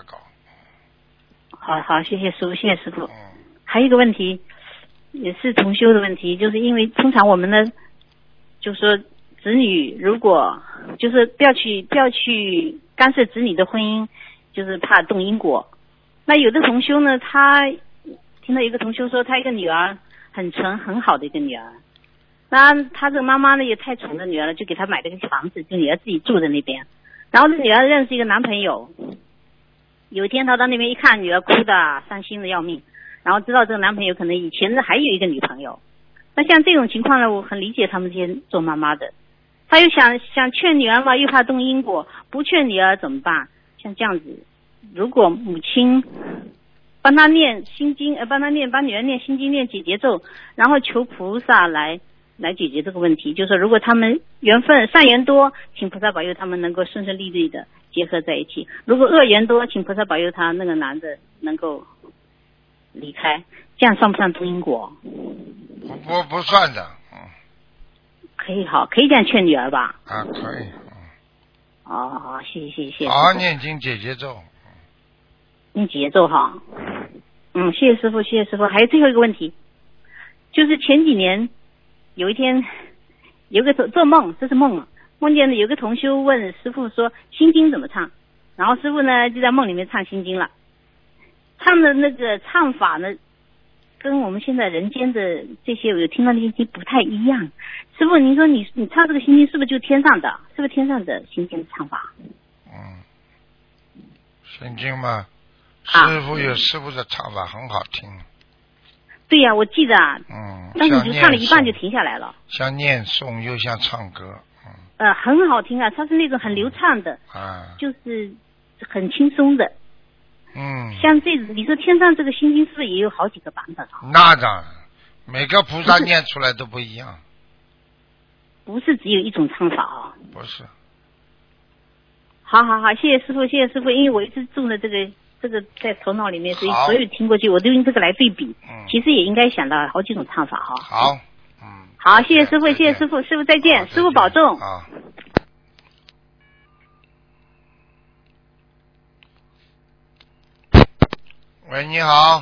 好，谢谢师傅，谢谢师傅。还有一个问题，也是同修的问题，就是因为通常我们呢，就是说子女如果就是不要去干涉子女的婚姻，就是怕动因果。那有的同修呢，他听到一个同修说，他一个女儿很纯很好的一个女儿，那他这个妈妈呢也太宠着女儿了，就给她买了个房子，就女儿自己住在那边。然后这女儿认识一个男朋友，有一天他到那边一看，女儿哭的伤心的要命，然后知道这个男朋友可能以前还有一个女朋友。那像这种情况呢，我很理解他们这些做妈妈的，他又想劝女儿嘛，又怕动因果，不劝女儿怎么办？像这样子，如果母亲帮她念心经，帮女儿念心经，念解结咒，然后求菩萨来解决这个问题，就是说如果他们缘分善缘多，请菩萨保佑他们能够顺顺利利的结合在一起；如果恶缘多，请菩萨保佑他那个男的能够离开。这样算不算动因果？ 不算的。 可以可以这样劝女儿吧？ 啊，可以。 好，谢谢。 好好念经解结咒。 念解结咒哈。谢谢师傅。还有最后一个问题，就是前几年有一天有个做梦，这是梦见有个同修问师傅说心经怎么唱，然后师傅呢就在梦里面唱心经了，唱的那个唱法呢跟我们现在人间的这些我有听到的心经不太一样。师傅您说你唱这个心经是不是就天上的？是不是天上的心经的唱法？ 心经嘛，师傅有师傅的唱法很好听。 对呀，我记得但是你就唱了一半就停下来了。像念诵又像唱歌。 很好听啊，它是那种很流畅的，就是很轻松的。像这种，你说天上这个心经是不是也有好几个版本？ 那当然，每个菩萨念出来都不一样。 不是只有一种唱法啊。 不是。 好，谢谢师傅，因为我一直种的这个在头脑里面，所以所有听过去我都用这个来对比。其实也应该想到好几种唱法哈。 好。 好，谢谢师傅，师傅再见，师傅保重。 喂，你好。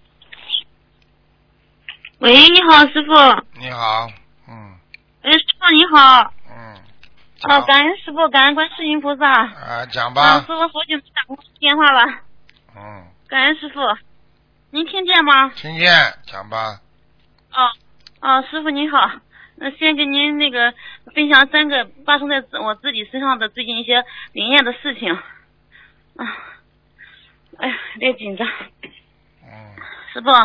喂，你好，师傅。 你好。 师傅你好。感恩师傅，感恩观世音菩萨。 讲吧。 师傅好久没打过电话了。感恩师傅，您听见吗？ 听见，讲吧。 师傅您好，先给您分享3个发生在我自己身上的最近一些灵验的事情。哎呀，有点紧张。师傅。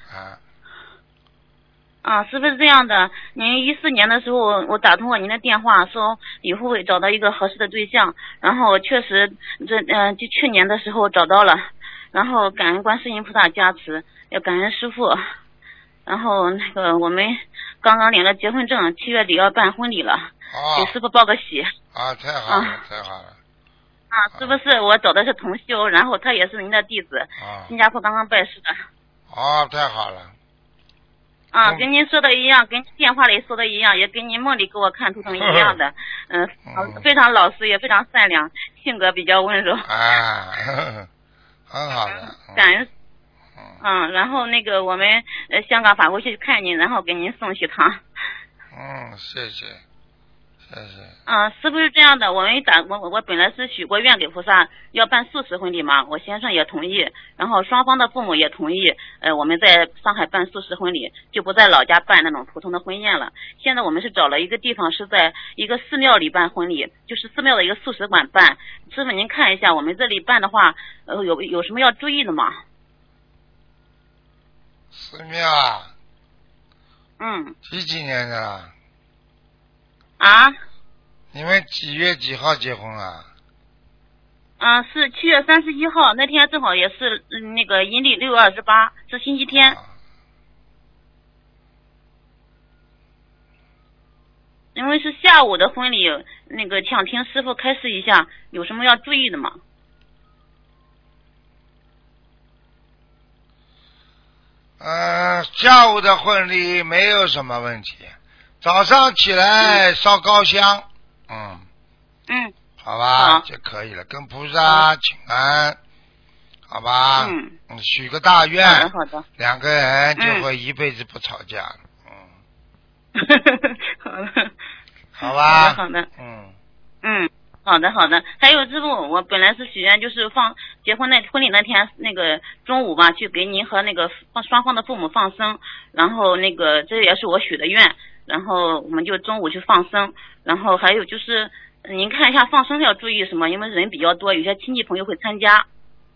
师傅是这样的，您14年的时候，我打通过您的电话，说以后会找到一个合适的对象，然后确实就去年的时候找到了，然后感恩观世音菩萨加持，要感恩师傅。 然后那个我们刚刚领了结婚证，7月底要办婚礼了，给师傅报个喜。 啊，太好了，太好了。 啊，是不是我找的是同修，然后他也是您的弟子，新加坡刚刚拜师的。 哦，太好了。 啊，跟您说的一样，跟电话里说的一样，也跟您梦里给我看图腾一样的。非常老实，也非常善良，性格比较温柔。 啊，很好的。 感恩。然后那个我们香港法会去看您，然后给您送喜糖。 谢谢。 是不是这样的？我本来是许过愿给菩萨要办素食婚礼嘛，我先生也同意，然后双方的父母也同意，我们在上海办素食婚礼，就不在老家办那种普通的婚宴了。现在我们是找了一个地方，是在一个寺庙里办婚礼，就是寺庙的一个素食馆办。师傅您看一下，我们这里办的话，有什么要注意的吗？ 寺庙啊？几年的？ 啊？ 你们几月几号结婚啊？ 是7月31号，那天正好也是那个阴历6月28，是星期天。因为是下午的婚礼，那个想听师傅开示一下，有什么要注意的吗？ 下午的婚礼没有什么问题。早上起来烧高香，好吧，就可以了，跟菩萨请安，好吧，许个大愿， 好的， 两个人就会一辈子不吵架了， 好的， 好吧， 好的，好的好的。还有师傅，我本来是许愿就是结婚婚礼那天那个中午吧，去给您和那个双方的父母放生，然后那个这也是我许的愿。然后我们就中午去放生，然后还有就是您看一下放生要注意什么，因为人比较多，有些亲戚朋友会参加。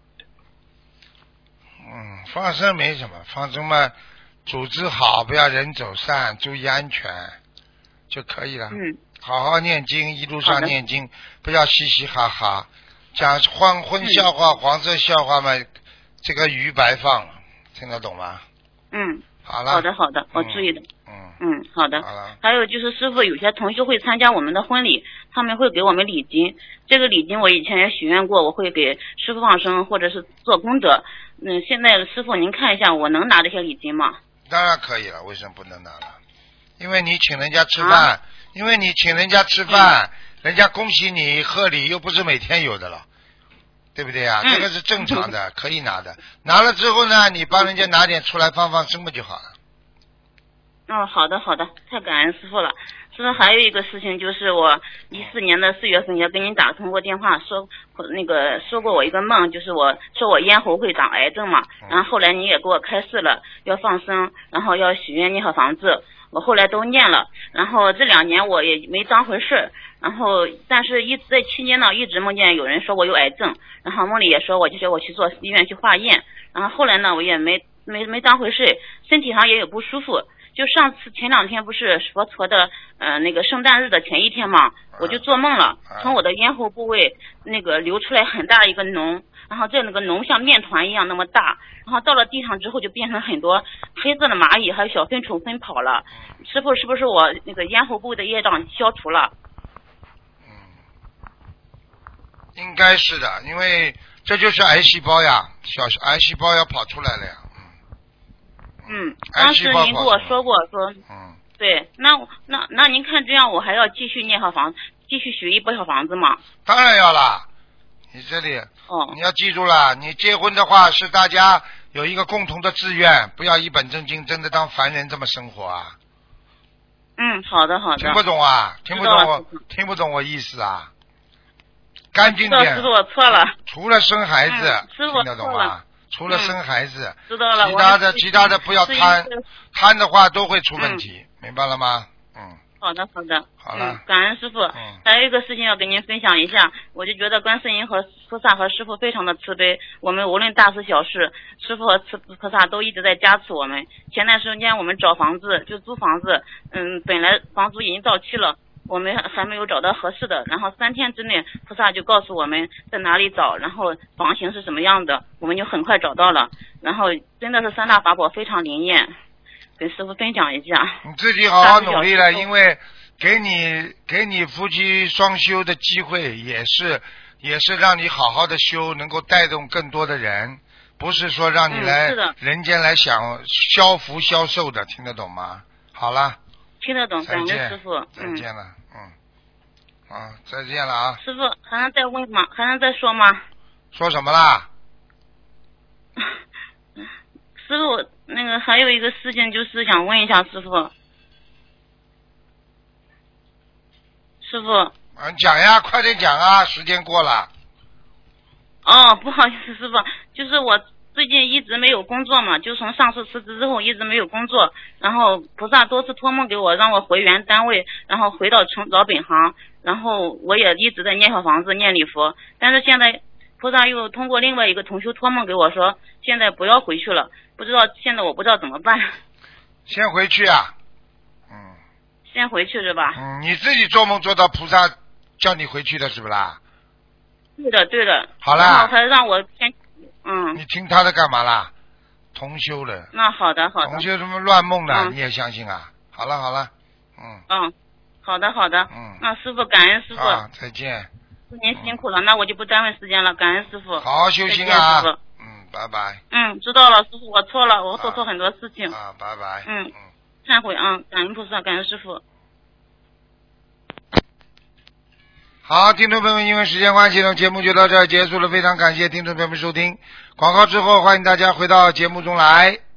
放生没什么，放生嘛，组织好，不要人走散，注意安全就可以了。好好念经，一路上念经，不要嘻嘻哈哈，讲黄荤笑话、黄色笑话嘛，这个鱼白放了，听得懂吗？好了。 好的，我注意的。好的。还有就是师傅，有些同学会参加我们的婚礼，他们会给我们礼金。这个礼金我以前也许愿过，我会给师傅放生或者是做功德。现在师傅您看一下，我能拿这些礼金吗？ 当然可以了，为什么不能拿了？因为你请人家吃饭，人家恭喜你贺礼，又不是每天有的了，对不对啊？这个是正常的，可以拿的。拿了之后呢，你帮人家拿点出来放生不就好了？ 好的，太感恩师傅了。师傅还有一个事情，就是我14年的4月份也跟您打通过电话，说过我一个梦，就是我说我咽喉会长癌症嘛，然后后来你也给我开示了，要放生，然后要许愿念好房子，我后来都念了，然后这2年我也没当回事，然后但是在期间呢，一直梦见有人说我有癌症，然后梦里也说我就叫我去做医院去化验，然后后来呢我也没当回事，身体上也有不舒服。就上次前2天不是佛陀的那个圣诞日的前一天嘛，我就做梦了，从我的咽喉部位那个流出来很大一个脓，然后那个脓像面团一样那么大，然后到了地上之后就变成很多黑色的蚂蚁还有小飞虫奔跑了。师傅，是不是我那个咽喉部位的业障消除了？ 应该是的，因为这就是癌细胞呀，小癌细胞要跑出来了呀。 当时您跟我说过对，那您看这样我还要继续念好房，继续许一波小房子吗？ 当然要啦，你这里你要记住了，你结婚的话是大家有一个共同的志愿，不要一本正经真的当凡人这么生活啊。 好的。 听不懂啊？听不懂我意思啊？干净点。 师傅，我错了。 除了生孩子， 听得懂吗？除了生孩子， 知道了， 其他的不要贪的话都会出问题，明白了吗？ 好的。 好了， 感恩师傅。还有一个事情要跟您分享一下，我就觉得观世音和菩萨和师傅非常的慈悲，我们无论大事小事，师傅和菩萨都一直在加持我们。前段时间我们找房子就租房子，本来房租已经到期了，我们还没有找到合适的，然后3天之内菩萨就告诉我们在哪里找，然后房型是什么样的，我们就很快找到了，然后真的是3大法宝非常灵验。 跟师傅分享一下。 你自己好好努力了，因为给你夫妻双修的机会，也是让你好好的修，能够带动更多的人，不是说让你来人间来享消福消寿的，听得懂吗？好了， 听得懂，感恩师傅， 再见了，再见了啊！ 师傅还能再问吗？还能再说吗？ 说什么啦？ 师傅，那个还有一个事情，就是想问一下师傅。师傅， 讲呀，快点讲啊，时间过了。 哦，不好意思，师傅，就是我最近一直没有工作嘛，就从上次辞职之后一直没有工作，然后菩萨多次托梦给我，让我回原单位，然后回到老本行，然后我也一直在念小房子、念礼佛，但是现在菩萨又通过另外一个同修托梦给我说，现在不要回去了，现在我不知道怎么办。 先回去啊。 先回去是吧？ 你自己做梦做到菩萨叫你回去的是不啦？ 对的。 好啦。 然后还让我先， 你听他的干嘛啦？同修的。 那好的。 同修什么乱梦的，你也相信啊？好了。 好的。那师傅感恩师傅。 再见。 您辛苦了，那我就不耽误时间了，感恩师傅。 好好修心啊。 师傅。 拜拜。 知道了，师傅，我错了，我做错很多事情。 拜拜。 忏悔啊！感恩菩萨，感恩师父。 好，听众朋友们，因为时间关系呢，节目就到这儿结束了。非常感谢听众朋友们收听。广告之后，欢迎大家回到节目中来。